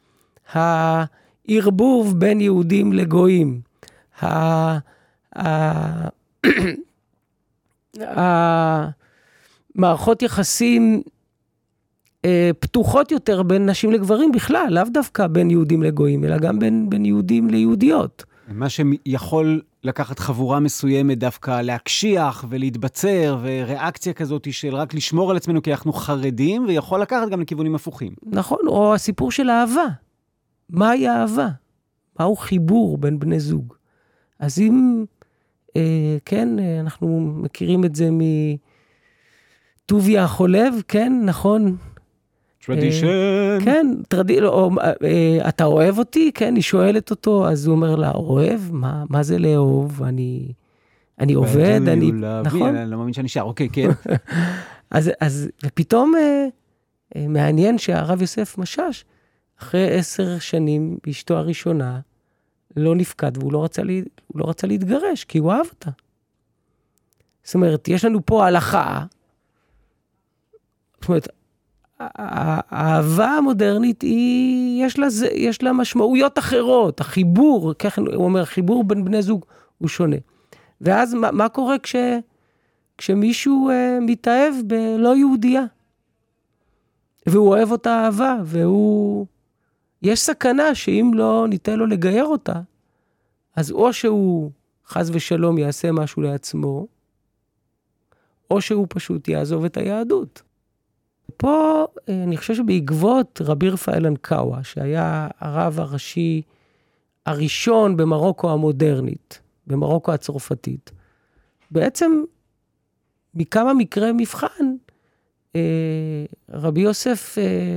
הערבוב בין יהודים לגויים, המערכות יחסים פתוחות יותר בין נשים לגברים בכלל, לאו דווקא בין יהודים לגויים, אלא גם בין, בין יהודים ליהודיות. מה שיכול לקחת חבורה מסוימת דווקא להקשיח ולהתבצר, וריאקציה כזאת של רק לשמור על עצמנו כי אנחנו חרדים, ויכול לקחת גם לכיוונים הפוכים. נכון, או הסיפור של אהבה. מהי אהבה? מהו חיבור בין בני זוג? אז אם, אה, כן, אנחנו מכירים את זה מטוביה החולב, כן, נכון, טרדישן. כן, טרדי, או, אתה אוהב אותי? כן, היא שואלת אותו, אז הוא אומר לה, אוהב? מה, מה זה לאהוב? אני, אני עובד, אני, נכון? אני לא מאמין שאני שר, אוקיי, כן. אז, אז, ופתאום מעניין שהרב יוסף משש, אחרי עשר שנים, באשתו הראשונה, לא נפקד, והוא לא רצה, לי, הוא לא רצה להתגרש, כי הוא אהב אותה. זאת אומרת, יש לנו פה הלכה, זאת אומרת, האהבה המודרנית היא, יש לה, יש לה משמעויות אחרות, החיבור, כך הוא אומר, חיבור בין בני זוג הוא שונה. ואז מה, מה קורה כש, כשמישהו אה, מתאהב בלא יהודייה? והוא אוהב אותה אהבה, והוא, יש סכנה שאם לא ניתן לו לגייר אותה, אז או שהוא חס ושלום יעשה משהו לעצמו, או שהוא פשוט יעזוב את היהדות. פה אני חושב שבעקבות רבי רפאל אנקאווה, שהיה הרב הראשי הראשון במרוקו המודרנית, במרוקו הצרפתית, בעצם מכמה מקרי מבחן, רבי יוסף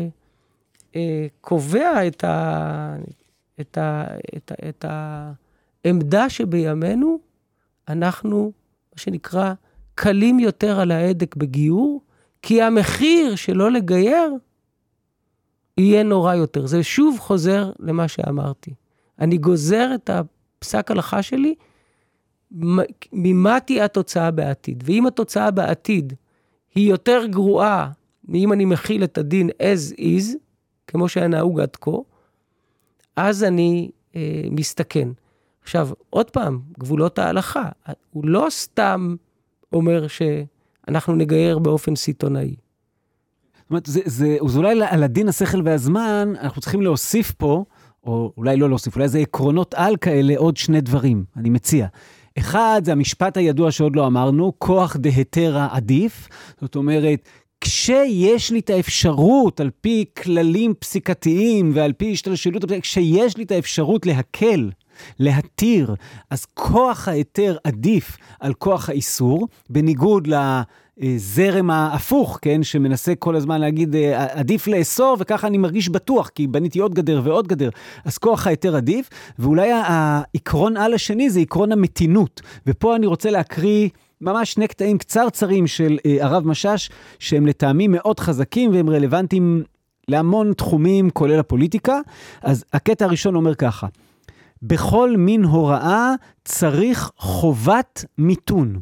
קובע את, ה, את, ה, את, ה, את העמדה שבימינו, אנחנו, מה שנקרא, קלים יותר על ההדק בגיור, כי המחיר שלא לגייר יהיה נורא יותר. זה שוב חוזר למה שאמרתי. אני גוזר את הפסק הלכה שלי, ממה תהיה התוצאה בעתיד. ואם התוצאה בעתיד היא יותר גרועה, מאם אני מכיל את הדין as is, כמו שהיה נהוג עד כה, אז אני אה, מסתכן. עכשיו, עוד פעם, גבולות ההלכה, הוא לא סתם אומר שאנחנו נגייר באופן סיטונאי. זאת אומרת, זה, זה, זה אולי על הדין, השכל והזמן, אנחנו צריכים להוסיף פה, או אולי לא להוסיף, אולי זה עקרונות על כאלה, עוד שני דברים, אני מציע. אחד, זה המשפט הידוע שעוד לא אמרנו, כוח דהתרא עדיף, זאת אומרת, כשיש לי את האפשרות, על פי כללים פסיקתיים, ועל פי השתלשלות, כשיש לי את האפשרות להקל, להתיר, אז כוח ההיתר עדיף על כוח האיסור, בניגוד לזרם ההפוך, כן, שמנסה כל הזמן להגיד, עדיף לאסור, וככה אני מרגיש בטוח, כי בניתי עוד גדר ועוד גדר, אז כוח ההיתר עדיף, ואולי העקרון על השני זה עקרון המתינות, ופה אני רוצה להקריא ממש שני קטעים קצרצרים של הרב משאש, שהם לטעמים מאוד חזקים, והם רלוונטיים להמון תחומים, כולל הפוליטיקה. אז הקטע הראשון אומר ככה, בכל מין הוראה צריך חובת מיתון.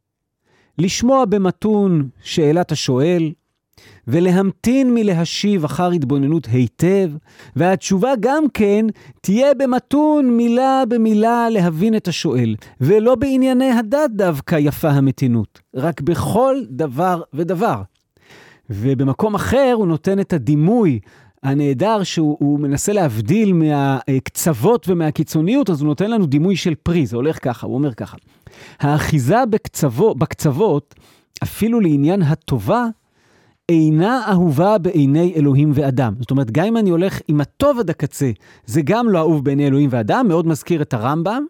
לשמוע במתון שאלת השואל, ולהמתין מלהשיב אחר התבוננות היטב, והתשובה גם כן תהיה במתון מילה במילה להבין את השואל, ולא בענייני הדת דווקא יפה המתינות, רק בכל דבר ודבר. ובמקום אחר הוא נותן את הדימוי הנהדר שהוא מנסה להבדיל מהקצוות ומהקיצוניות, אז הוא נותן לנו דימוי של פרי, זה הולך ככה, הוא אומר ככה. האחיזה בקצוות, בקצוות, אפילו לעניין הטובה, אינה אהובה בעיני אלוהים ואדם. זאת אומרת, גם אם אני הולך עם הטוב עד הקצה, זה גם לא אהוב בעיני אלוהים ואדם, מאוד מזכיר את הרמב"ם.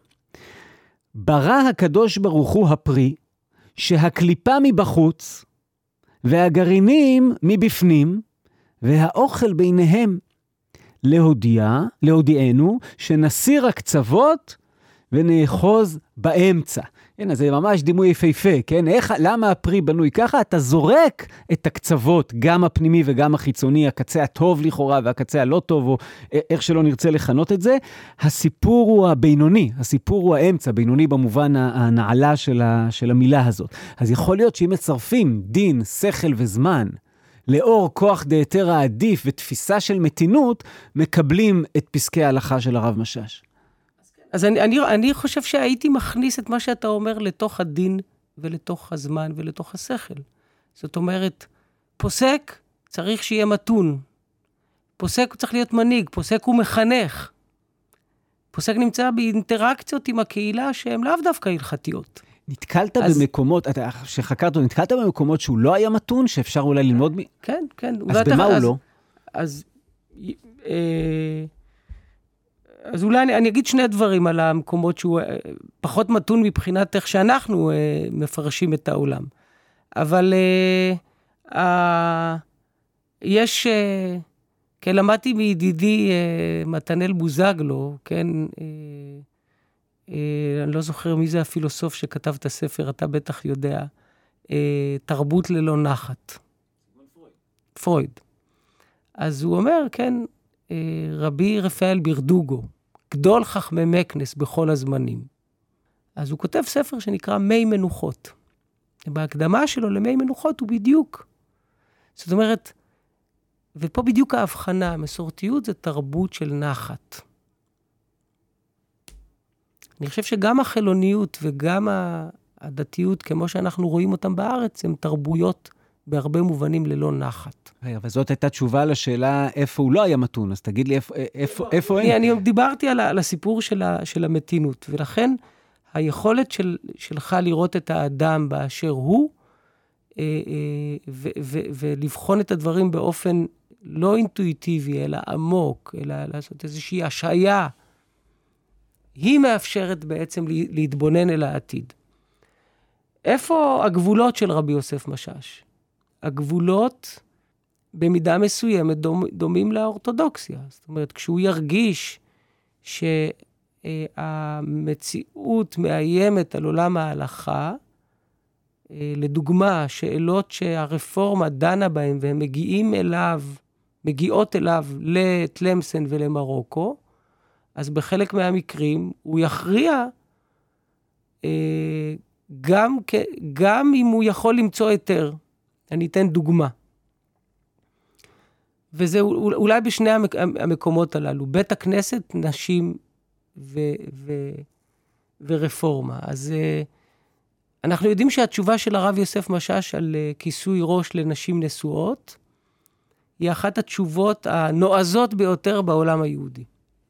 ברא הקדוש ברוך הוא הפרי, שהקליפה מבחוץ, והגרעינים מבפנים, והאוכל ביניהם, להודיע, להודיענו, שנסיר הקצוות ונאחוז באמצע. הנה, זה ממש דימוי יפהפה, כן? איך, למה הפרי בנוי ככה? אתה זורק את הקצוות, גם הפנימי וגם החיצוני, הקצה הטוב לכאורה והקצה הלא טוב, או איך שלא נרצה לכנות את זה. הסיפור הוא הבינוני, הסיפור הוא האמצע, בינוני במובן הנעלה של, ה, של המילה הזאת. אז יכול להיות שאם מצרפים דין, שכל וזמן, לאור כוח דהתרא עדיף ותפיסה של מתינות, מקבלים את פסקי ההלכה של הרב משאש. אז אני, אני, אני חושב שהייתי מכניס את מה שאתה אומר לתוך הדין ולתוך הזמן ולתוך השכל. זאת אומרת, פוסק צריך שיהיה מתון. פוסק הוא צריך להיות מנהיג, פוסק הוא מחנך. פוסק נמצא באינטראקציות עם הקהילה שהן לאו דווקא הלכתיות. נתקלת אז... במקומות, אתה שחקרת, נתקלת במקומות שהוא לא היה מתון, שאפשר אולי ללמוד מ... כן, כן. אז במה הוא אז, לא? אז... אה... אז אולי אני, אני אגיד שני דברים על המקומות שהוא פחות מתון מבחינת איך שאנחנו אה, מפרשים את העולם. אבל אה, אה, יש, אה, כן, למדתי מידידי אה, מתנאל בוזגלו, כן, אה, אה, אני לא זוכר מי זה הפילוסוף שכתב את הספר, אתה בטח יודע, אה, תרבות ללא נחת. פרויד. פרויד. אז הוא אומר, כן, רבי רפאל בירדוגו, גדול חכמי מקנס בכל הזמנים. אז הוא כותב ספר שנקרא מי מנוחות. בהקדמה שלו למי מנוחות הוא בדיוק. זאת אומרת, ופה בדיוק ההבחנה, המסורתיות זה תרבות של נחת. אני חושב שגם החילוניות וגם הדתיות, כמו שאנחנו רואים אותם בארץ, הן תרבויות בהרבה מובנים ללא נחת. וזאת הייתה תשובה לשאלה איפה הוא לא היה מתון, אז תגיד לי איפה, איפה, איפה אין? אני דיברתי על, על הסיפור של, ה, של המתינות, ולכן היכולת של, שלך לראות את האדם באשר הוא, ו, ו, ו, ולבחון את הדברים באופן לא אינטואיטיבי, אלא עמוק, אלא לעשות איזושהי השעיה, היא מאפשרת בעצם להתבונן אל העתיד. איפה הגבולות של רבי יוסף משאש? הגבולות במידה מסוימת דומ, דומים לאורתודוקסיה. זאת אומרת, כשהוא ירגיש שהמציאות מאיימת על עולם ההלכה, לדוגמה, שאלות שהרפורמה דנה בהן והם מגיעים אליו, מגיעות אליו לטלמסן ולמרוקו, אז בחלק מהמקרים הוא יכריע גם, גם אם הוא יכול למצוא היתר. אני אתן דוגמה. וזה אולי בשני המקומות הללו, בית הכנסת, נשים ו, ו, ורפורמה. אז אנחנו יודעים שהתשובה של הרב יוסף משאש על כיסוי ראש לנשים נשואות, היא אחת התשובות הנועזות ביותר בעולם היהודי.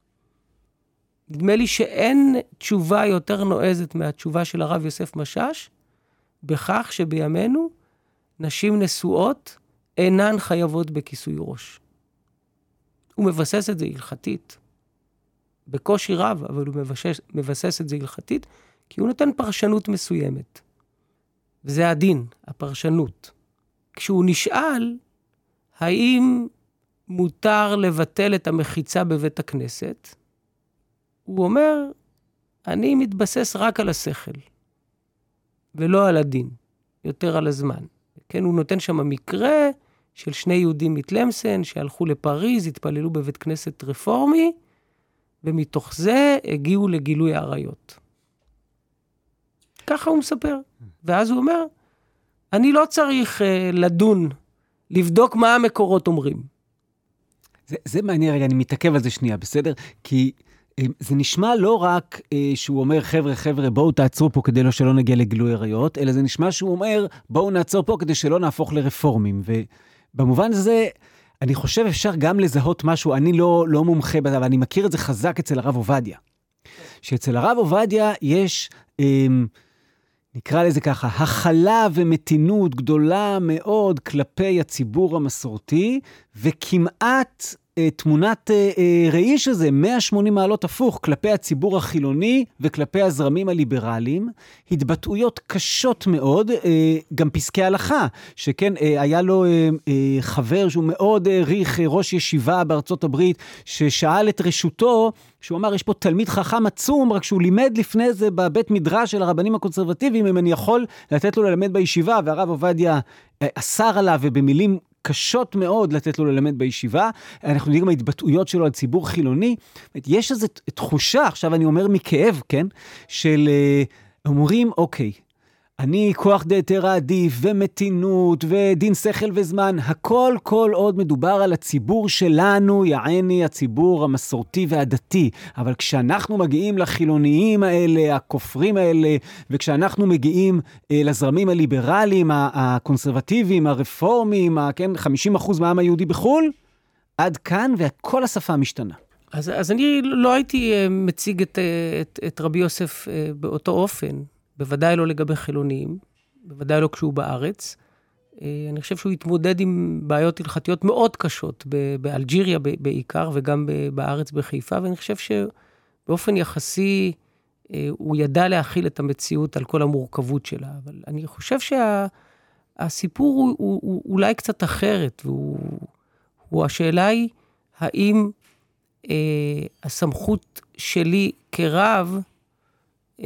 נדמה לי שאין תשובה יותר נועזת מהתשובה של הרב יוסף משאש, בכך שבימינו נשים נשואות אינן חייבות בכיסוי ראש. הוא מבסס את זה הלכתית. בקושי רב, אבל הוא מבסס, מבסס את זה הלכתית, כי הוא נותן פרשנות מסוימת. וזה הדין, הפרשנות. כשהוא נשאל, האם מותר לבטל את המחיצה בבית הכנסת, הוא אומר, אני מתבסס רק על השכל, ולא על הדין, יותר על הזמן. כן, הוא נותן שם מקרה של שני יהודים מתלמסן, שהלכו לפריז, התפללו בבית כנסת רפורמי, ומתוך זה הגיעו לגילוי העריות. ככה הוא מספר. ואז הוא אומר, אני לא צריך uh, לדון, לבדוק מה המקורות אומרים. זה, זה מעניין, רגע, אני מתעכב על זה שנייה, בסדר? כי uh, זה נשמע לא רק uh, שהוא אומר, חבר'ה, חבר'ה, בואו תעצרו פה כדי לא שלא נגיע לגילוי עריות, אלא זה נשמע שהוא אומר, בואו נעצור פה כדי שלא נהפוך לרפורמים. ובמובן הזה, אני חושב אפשר גם לזהות משהו, אני לא, לא מומחה בזה, אבל אני מכיר את זה חזק אצל הרב עובדיה. שאצל הרב עובדיה יש, אה, נקרא לזה ככה, הכלה ומתינות גדולה מאוד כלפי הציבור המסורתי, וכמעט אה, תמונת אה, אה, ראי שזה, מאה ושמונים מעלות הפוך, כלפי הציבור החילוני וכלפי הזרמים הליברליים, התבטאויות קשות מאוד, אה, גם פסקי הלכה, שכן אה, היה לו אה, אה, חבר שהוא מאוד העריך, אה, ראש ישיבה בארצות הברית, ששאל את רשותו, שהוא אמר, יש פה תלמיד חכם עצום, רק שהוא לימד לפני זה בבית מדרש של הרבנים הקונסרבטיביים, אם אני יכול לתת לו ללמד בישיבה, והרב עובדיה אה, אסר עליו ובמילים קשות מאוד לתת לו ללמד בישיבה. אנחנו יודעים גם ההתבטאויות שלו על ציבור חילוני. יש איזו תחושה, עכשיו אני אומר מכאב, כן? של אומרים, אוקיי, אני כוח דהיתרא עדיף ומתינות ודין שכל וזמן, הכל כל עוד מדובר על הציבור שלנו, יעני הציבור המסורתי והדתי. אבל כשאנחנו מגיעים לחילוניים האלה, הכופרים האלה, וכשאנחנו מגיעים אה, לזרמים הליברליים, הקונסרבטיביים, הרפורמיים, כן, חמישים אחוז מהעם היהודי בחול, עד כאן וכל השפה משתנה. אז, אז אני לא הייתי uh, מציג את, את, את רבי יוסף uh, באותו אופן, בוודאי לא לגבי חילונים, בוודאי לא כשהוא בארץ. אני חושב שהוא התמודד עם בעיות הלכתיות מאוד קשות, באלג'יריה בעיקר, וגם בארץ בחיפה, ואני חושב שבאופן יחסי, הוא ידע להכיל את המציאות על כל המורכבות שלה. אבל אני חושב שהסיפור הוא, הוא, הוא אולי קצת אחרת, והוא, השאלה היא, האם אה, הסמכות שלי כרב, אה,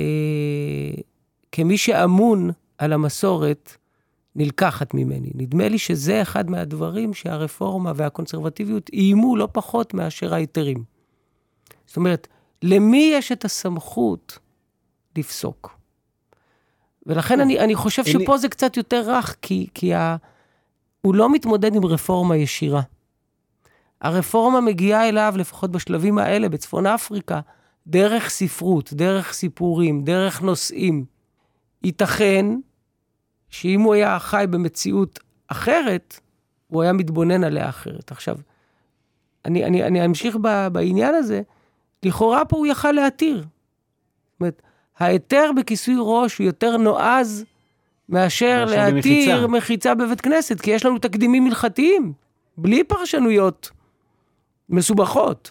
כמי שאמון על המסורת, נלקחת ממני. נדמה לי שזה אחד מהדברים שהרפורמה והקונסרבטיביות איימו לא פחות מאשר היתרים. זאת אומרת, למי יש את הסמכות לפסוק? ולכן אני, אני חושב שפה זה קצת יותר רך, כי, כי ה, הוא לא מתמודד עם רפורמה ישירה. הרפורמה מגיעה אליו, לפחות בשלבים האלה, בצפון אפריקה, דרך ספרות, דרך סיפורים, דרך נושאים. ייתכן שאם הוא היה חי במציאות אחרת, הוא היה מתבונן עליה אחרת. עכשיו, אני, אני, אני אמשיך בעניין הזה, לכאורה פה הוא יכל להתיר. זאת אומרת, ההיתר בכיסוי ראש הוא יותר נועז מאשר להתיר מחיצה בבית כנסת, כי יש לנו תקדימים הלכתיים, בלי פרשנויות מסובכות.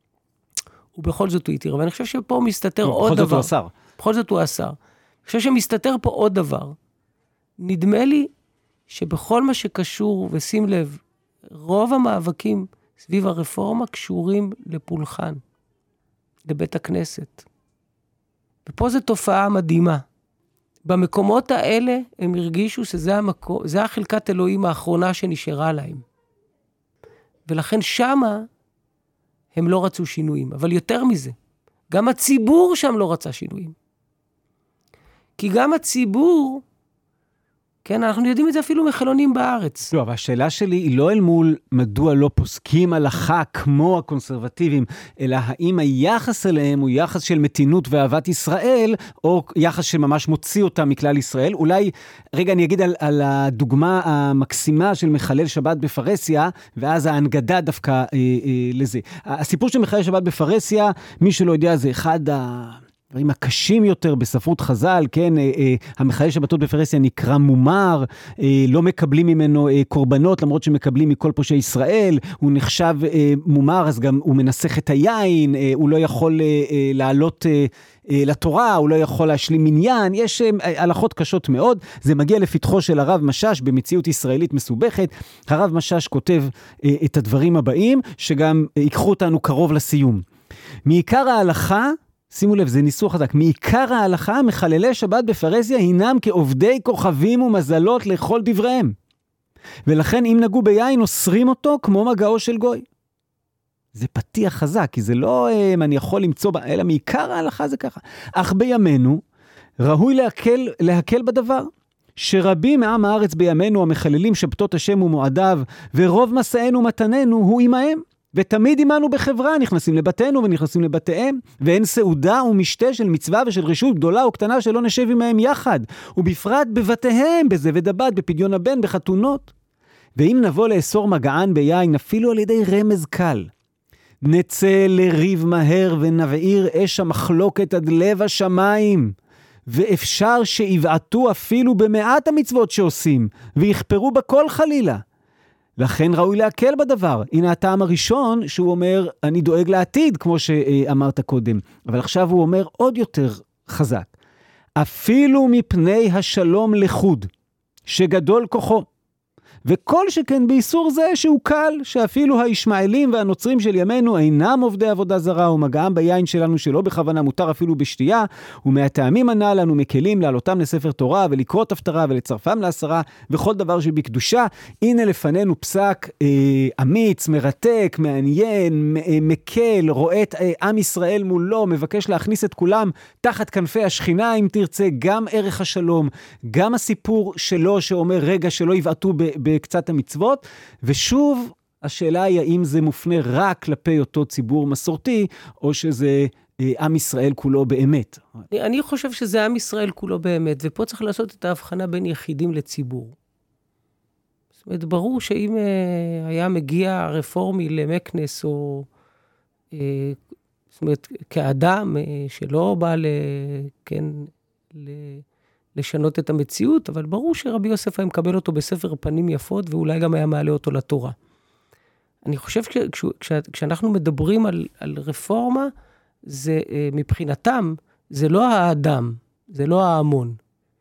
ובכל זאת הוא התיר, ואני חושב שפה מסתתר עוד דבר. בכל זאת הוא אסר. בכל זאת הוא אסר. אני חושב שמסתתר פה עוד דבר. נדמה לי שבכל מה שקשור, ושים לב, רוב המאבקים סביב הרפורמה קשורים לפולחן, לבית הכנסת. ופה זו תופעה מדהימה. במקומות האלה הם הרגישו שזה המקום, זה החלקת אלוהים האחרונה שנשארה להם. ולכן שמה הם לא רצו שינויים. אבל יותר מזה, גם הציבור שם לא רצה שינויים. כי גם הציבור כן, אנחנו יודעים את זה אפילו מחילונים בארץ. לא, אבל השאלה שלי היא לא אל מול מדוע לא פוסקים הלכה כמו הקונסרבטיבים, אלא האם היחס אליהם הוא יחס של מתינות ואהבת ישראל, או יחס שממש מוציא אותם מכלל ישראל. אולי, רגע, אני אגיד על, על הדוגמה המקסימה של מחלל שבת בפרסיה, ואז ההנגדה דווקא אה, אה, לזה. הסיפור של מחלל שבת בפרסיה, מי שלא יודע, זה אחד ה... דברים הקשים יותר בספרות חז"ל, כן, אה, אה, המחלל שבתות בפרסיה נקרא מומר, אה, לא מקבלים ממנו אה, קורבנות, למרות שמקבלים מכל פושעי ישראל, הוא נחשב אה, מומר, אז גם הוא מנסח את היין, אה, הוא לא יכול אה, אה, לעלות אה, אה, לתורה, הוא לא יכול להשלים מניין, יש אה, הלכות קשות מאוד, זה מגיע לפתחו של הרב משש במציאות ישראלית מסובכת, הרב משש כותב אה, את הדברים הבאים, שגם אה, ייקחו אותנו קרוב לסיום. מעיקר ההלכה, שימו לב, זה ניסוח חזק. מעיקר ההלכה, מחללי שבת בפרסיה הינם כעובדי כוכבים ומזלות לכל דבריהם. ולכן אם נגעו ביין, אוסרים אותו כמו מגעו של גוי. זה פתיח חזק, כי זה לא אני יכול למצוא, אלא מעיקר ההלכה זה ככה. אך בימינו, ראוי להקל, להקל בדבר. שרבים מעם הארץ בימינו המחללים שבתות השם ומועדיו, ורוב מסענו ומתננו הוא עמהם. ותמיד עמנו בחברה, נכנסים לבתינו ונכנסים לבתיהם, ואין סעודה ומשתה של מצווה ושל רשות גדולה או קטנה שלא נשב עמהם יחד, ובפרט בבתיהם, בזה ודבת, בפדיון הבן, בחתונות. ואם נבוא לאסור מגען ביין, אפילו על ידי רמז קל, נצא לריב מהר ונבעיר אש המחלוקת עד לב השמיים, ואפשר שיבעטו אפילו במעט המצוות שעושים, ויכפרו בכל חלילה. לכן ראוי להקל בדבר. הנה הטעם הראשון שהוא אומר, אני דואג לעתיד, כמו שאמרת קודם. אבל עכשיו הוא אומר עוד יותר חזק. אפילו מפני השלום לחוד, שגדול כוחו. וכל שכן באיסור זה שהוא קל, שאפילו הישמעאלים והנוצרים של ימינו אינם עובדי עבודה זרה, ומגעם ביין שלנו שלא בכוונה מותר אפילו בשתייה, ומהטעמים הנ"ל אנו מקלים לעלותם לספר תורה, ולקרות הפטרה ולצרפם לעשרה, וכל דבר שבקדושה. הנה לפנינו פסק אה, אמיץ, מרתק, מעניין, אה, מקל, רואה את אה, עם ישראל מולו, מבקש להכניס את כולם תחת כנפי השכינה, אם תרצה, גם ערך השלום, גם הסיפור שלו שאומר רגע שלא יבעטו ב... בקצת המצוות, ושוב השאלה היא האם זה מופנה רק כלפי אותו ציבור מסורתי, או שזה אה, עם ישראל כולו באמת. אני, אני חושב שזה עם ישראל כולו באמת, ופה צריך לעשות את ההבחנה בין יחידים לציבור. זאת אומרת, ברור שאם אה, היה מגיע רפורמי למקנס, או אה, זאת אומרת, כאדם אה, שלא בא ל... כן, ל... לשנות את המציאות, אבל ברור שרבי יוסף היה מקבל אותו בספר פנים יפות, ואולי גם היה מעלה אותו לתורה. אני חושב שכשאנחנו מדברים על, על רפורמה, זה מבחינתם, זה לא האדם, זה לא ההמון.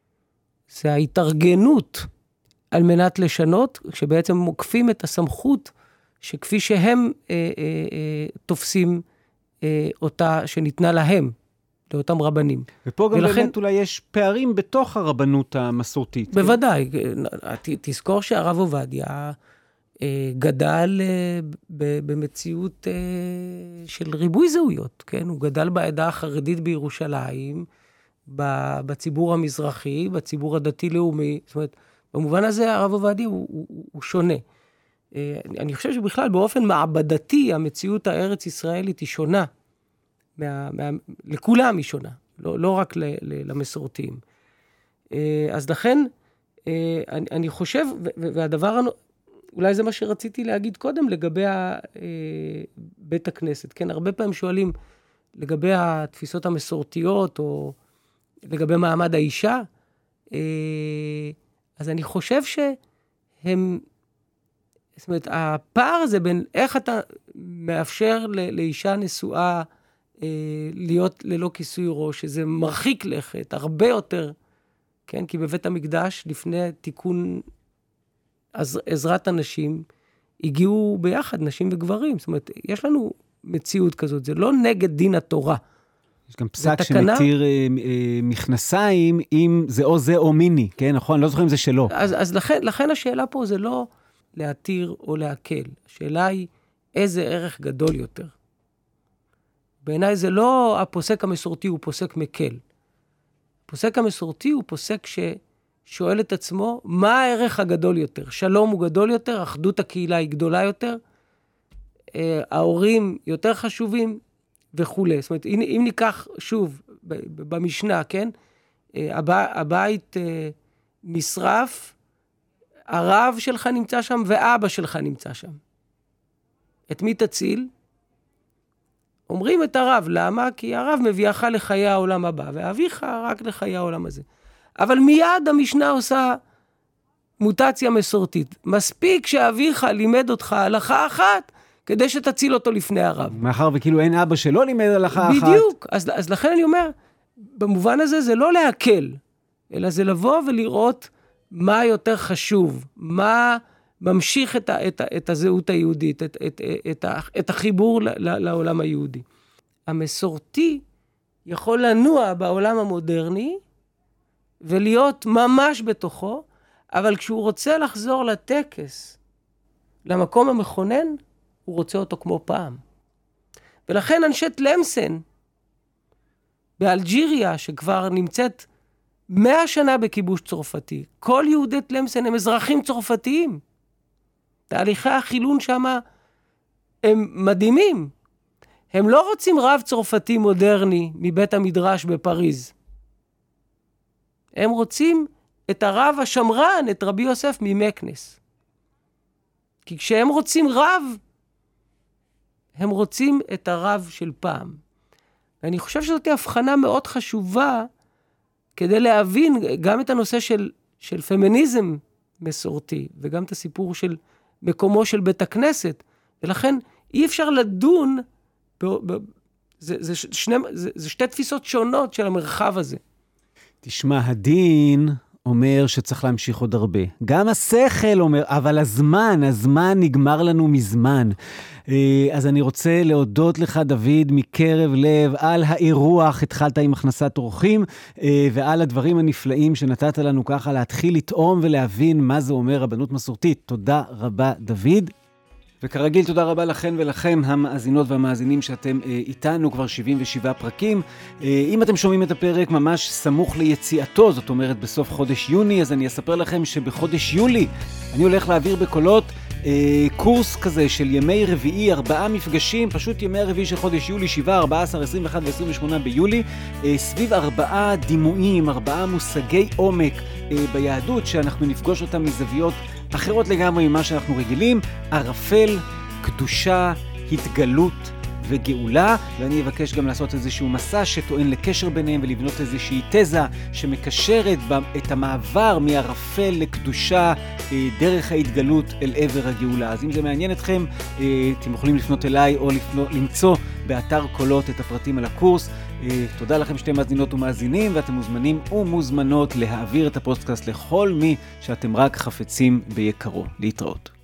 זה ההתארגנות על מנת לשנות, שבעצם מוקפים את הסמכות, שכפי שהם אה, אה, אה, תופסים אה, אותה שניתנה להם. לאותם רבנים. ופה גם ולכן, באמת אולי יש פערים בתוך הרבנות המסורתית. בוודאי. כן? תזכור שהרב עובדיה גדל במציאות של ריבוי זהויות. כן? הוא גדל בעדה החרדית בירושלים, בציבור המזרחי, בציבור הדתי-לאומי. זאת אומרת, במובן הזה הרב עובדיה הוא, הוא, הוא שונה. אני חושב שבכלל באופן מעבדתי המציאות הארץ ישראלית היא שונה. מה, מה, לכולם היא שונה, לא, לא רק ל, ל, למסורתיים. אז לכן, אני, אני חושב, והדבר, אולי זה מה שרציתי להגיד קודם, לגבי בית הכנסת, כן? הרבה פעמים שואלים לגבי התפיסות המסורתיות, או לגבי מעמד האישה, אז אני חושב שהם, זאת אומרת, הפער הזה בין איך אתה מאפשר לאישה נשואה, להיות ללא כיסוי ראש, שזה מרחיק לכת, הרבה יותר, כן? כי בבית המקדש, לפני תיקון עזרת הנשים, הגיעו ביחד נשים וגברים. זאת אומרת, יש לנו מציאות כזאת, זה לא נגד דין התורה. יש גם פסק שמתיר אה, אה, מכנסיים, אם זה או זה או מיני, כן? נכון? לא זוכרים זה שלא. אז, אז לכן, לכן השאלה פה זה לא להתיר או להקל. השאלה היא איזה ערך גדול יותר. בעיניי זה לא הפוסק המסורתי, הוא פוסק מקל. הפוסק המסורתי הוא פוסק ש, שואל את עצמו, מה הערך הגדול יותר? שלום הוא גדול יותר, אחדות הקהילה היא גדולה יותר, ההורים יותר חשובים וכו'. זאת אומרת, אם, אם ניקח שוב, במשנה, כן? הבית נשרף, הרב שלך נמצא שם ואבא שלך נמצא שם. את מי תציל? אומרים את הרב, למה? כי הרב מביאך לחיי העולם הבא, ואביך רק לחיי העולם הזה. אבל מיד המשנה עושה מוטציה מסורתית. מספיק שאביך לימד אותך הלכה אחת, כדי שתציל אותו לפני הרב. מאחר וכאילו אין אבא שלא לימד הלכה אחת. בדיוק. אז, אז לכן אני אומר, במובן הזה זה לא להקל, אלא זה לבוא ולראות מה יותר חשוב, מה ממשיך את, ה, את, ה, את הזהות היהודית, את, את, את, ה, את החיבור ל, ל, לעולם היהודי. המסורתי יכול לנוע בעולם המודרני, ולהיות ממש בתוכו, אבל כשהוא רוצה לחזור לטקס, למקום המכונן, הוא רוצה אותו כמו פעם. ולכן אנשי תלמסן, באלג'יריה, שכבר נמצאת מאה שנה בכיבוש צרפתי, כל יהודי תלמסן הם אזרחים צרפתיים. תהליכי החילון שם הם מדהימים. הם לא רוצים רב צרפתי מודרני מבית המדרש בפריז. הם רוצים את הרב השמרן, את רבי יוסף ממקנס. כי כשהם רוצים רב, הם רוצים את הרב של פעם. ואני חושב שזאת הבחנה מאוד חשובה, כדי להבין גם את הנושא של, של פמיניזם מסורתי, וגם את הסיפור של מקומו של בית הכנסת. ולכן אי אפשר לדון, ב, ב, זה, זה, שני, זה, זה שתי תפיסות שונות של המרחב הזה. תשמע, הדין אומר שצריך להמשיך עוד הרבה. גם השכל אומר, אבל הזמן, הזמן נגמר לנו מזמן. אז אני רוצה להודות לך, דוד, מקרב לב, על האירוח, התחלת עם הכנסת אורחים, ועל הדברים הנפלאים שנתת לנו ככה להתחיל לטעום ולהבין מה זה אומר רבנות מסורתית. תודה רבה, דוד. וכרגיל, תודה רבה לכן ולכם, המאזינות והמאזינים שאתם אה, איתנו כבר שבעים ושבעה פרקים. אה, אם אתם שומעים את הפרק ממש סמוך ליציאתו, זאת אומרת בסוף חודש יוני, אז אני אספר לכם שבחודש יולי אני הולך להעביר בקולות אה, קורס כזה של ימי רביעי, ארבעה מפגשים, פשוט ימי הרביעי של חודש יולי, שבעה, ארבעה עשר, עשרים ואחת ו-עשרים ושמונה ביולי, אה, סביב ארבעה דימויים, ארבעה מושגי עומק אה, ביהדות, שאנחנו נפגוש אותם מזוויות אחרות לגמרי ממה שאנחנו רגילים, ערפל, קדושה, התגלות וגאולה, ואני אבקש גם לעשות איזשהו מסע שטוען לקשר ביניהם ולבנות איזושהי תזה שמקשרת את המעבר מערפל לקדושה דרך ההתגלות אל עבר הגאולה. אז אם זה מעניין אתכם, אתם יכולים לפנות אליי או לפנות, למצוא באתר קולות את הפרטים על הקורס. תודה לכם שאתם מאזינות ומאזינים, ואתם מוזמנים ומוזמנות להעביר את הפודקאסט לכל מי שאתם רק חפצים ביקרו. להתראות.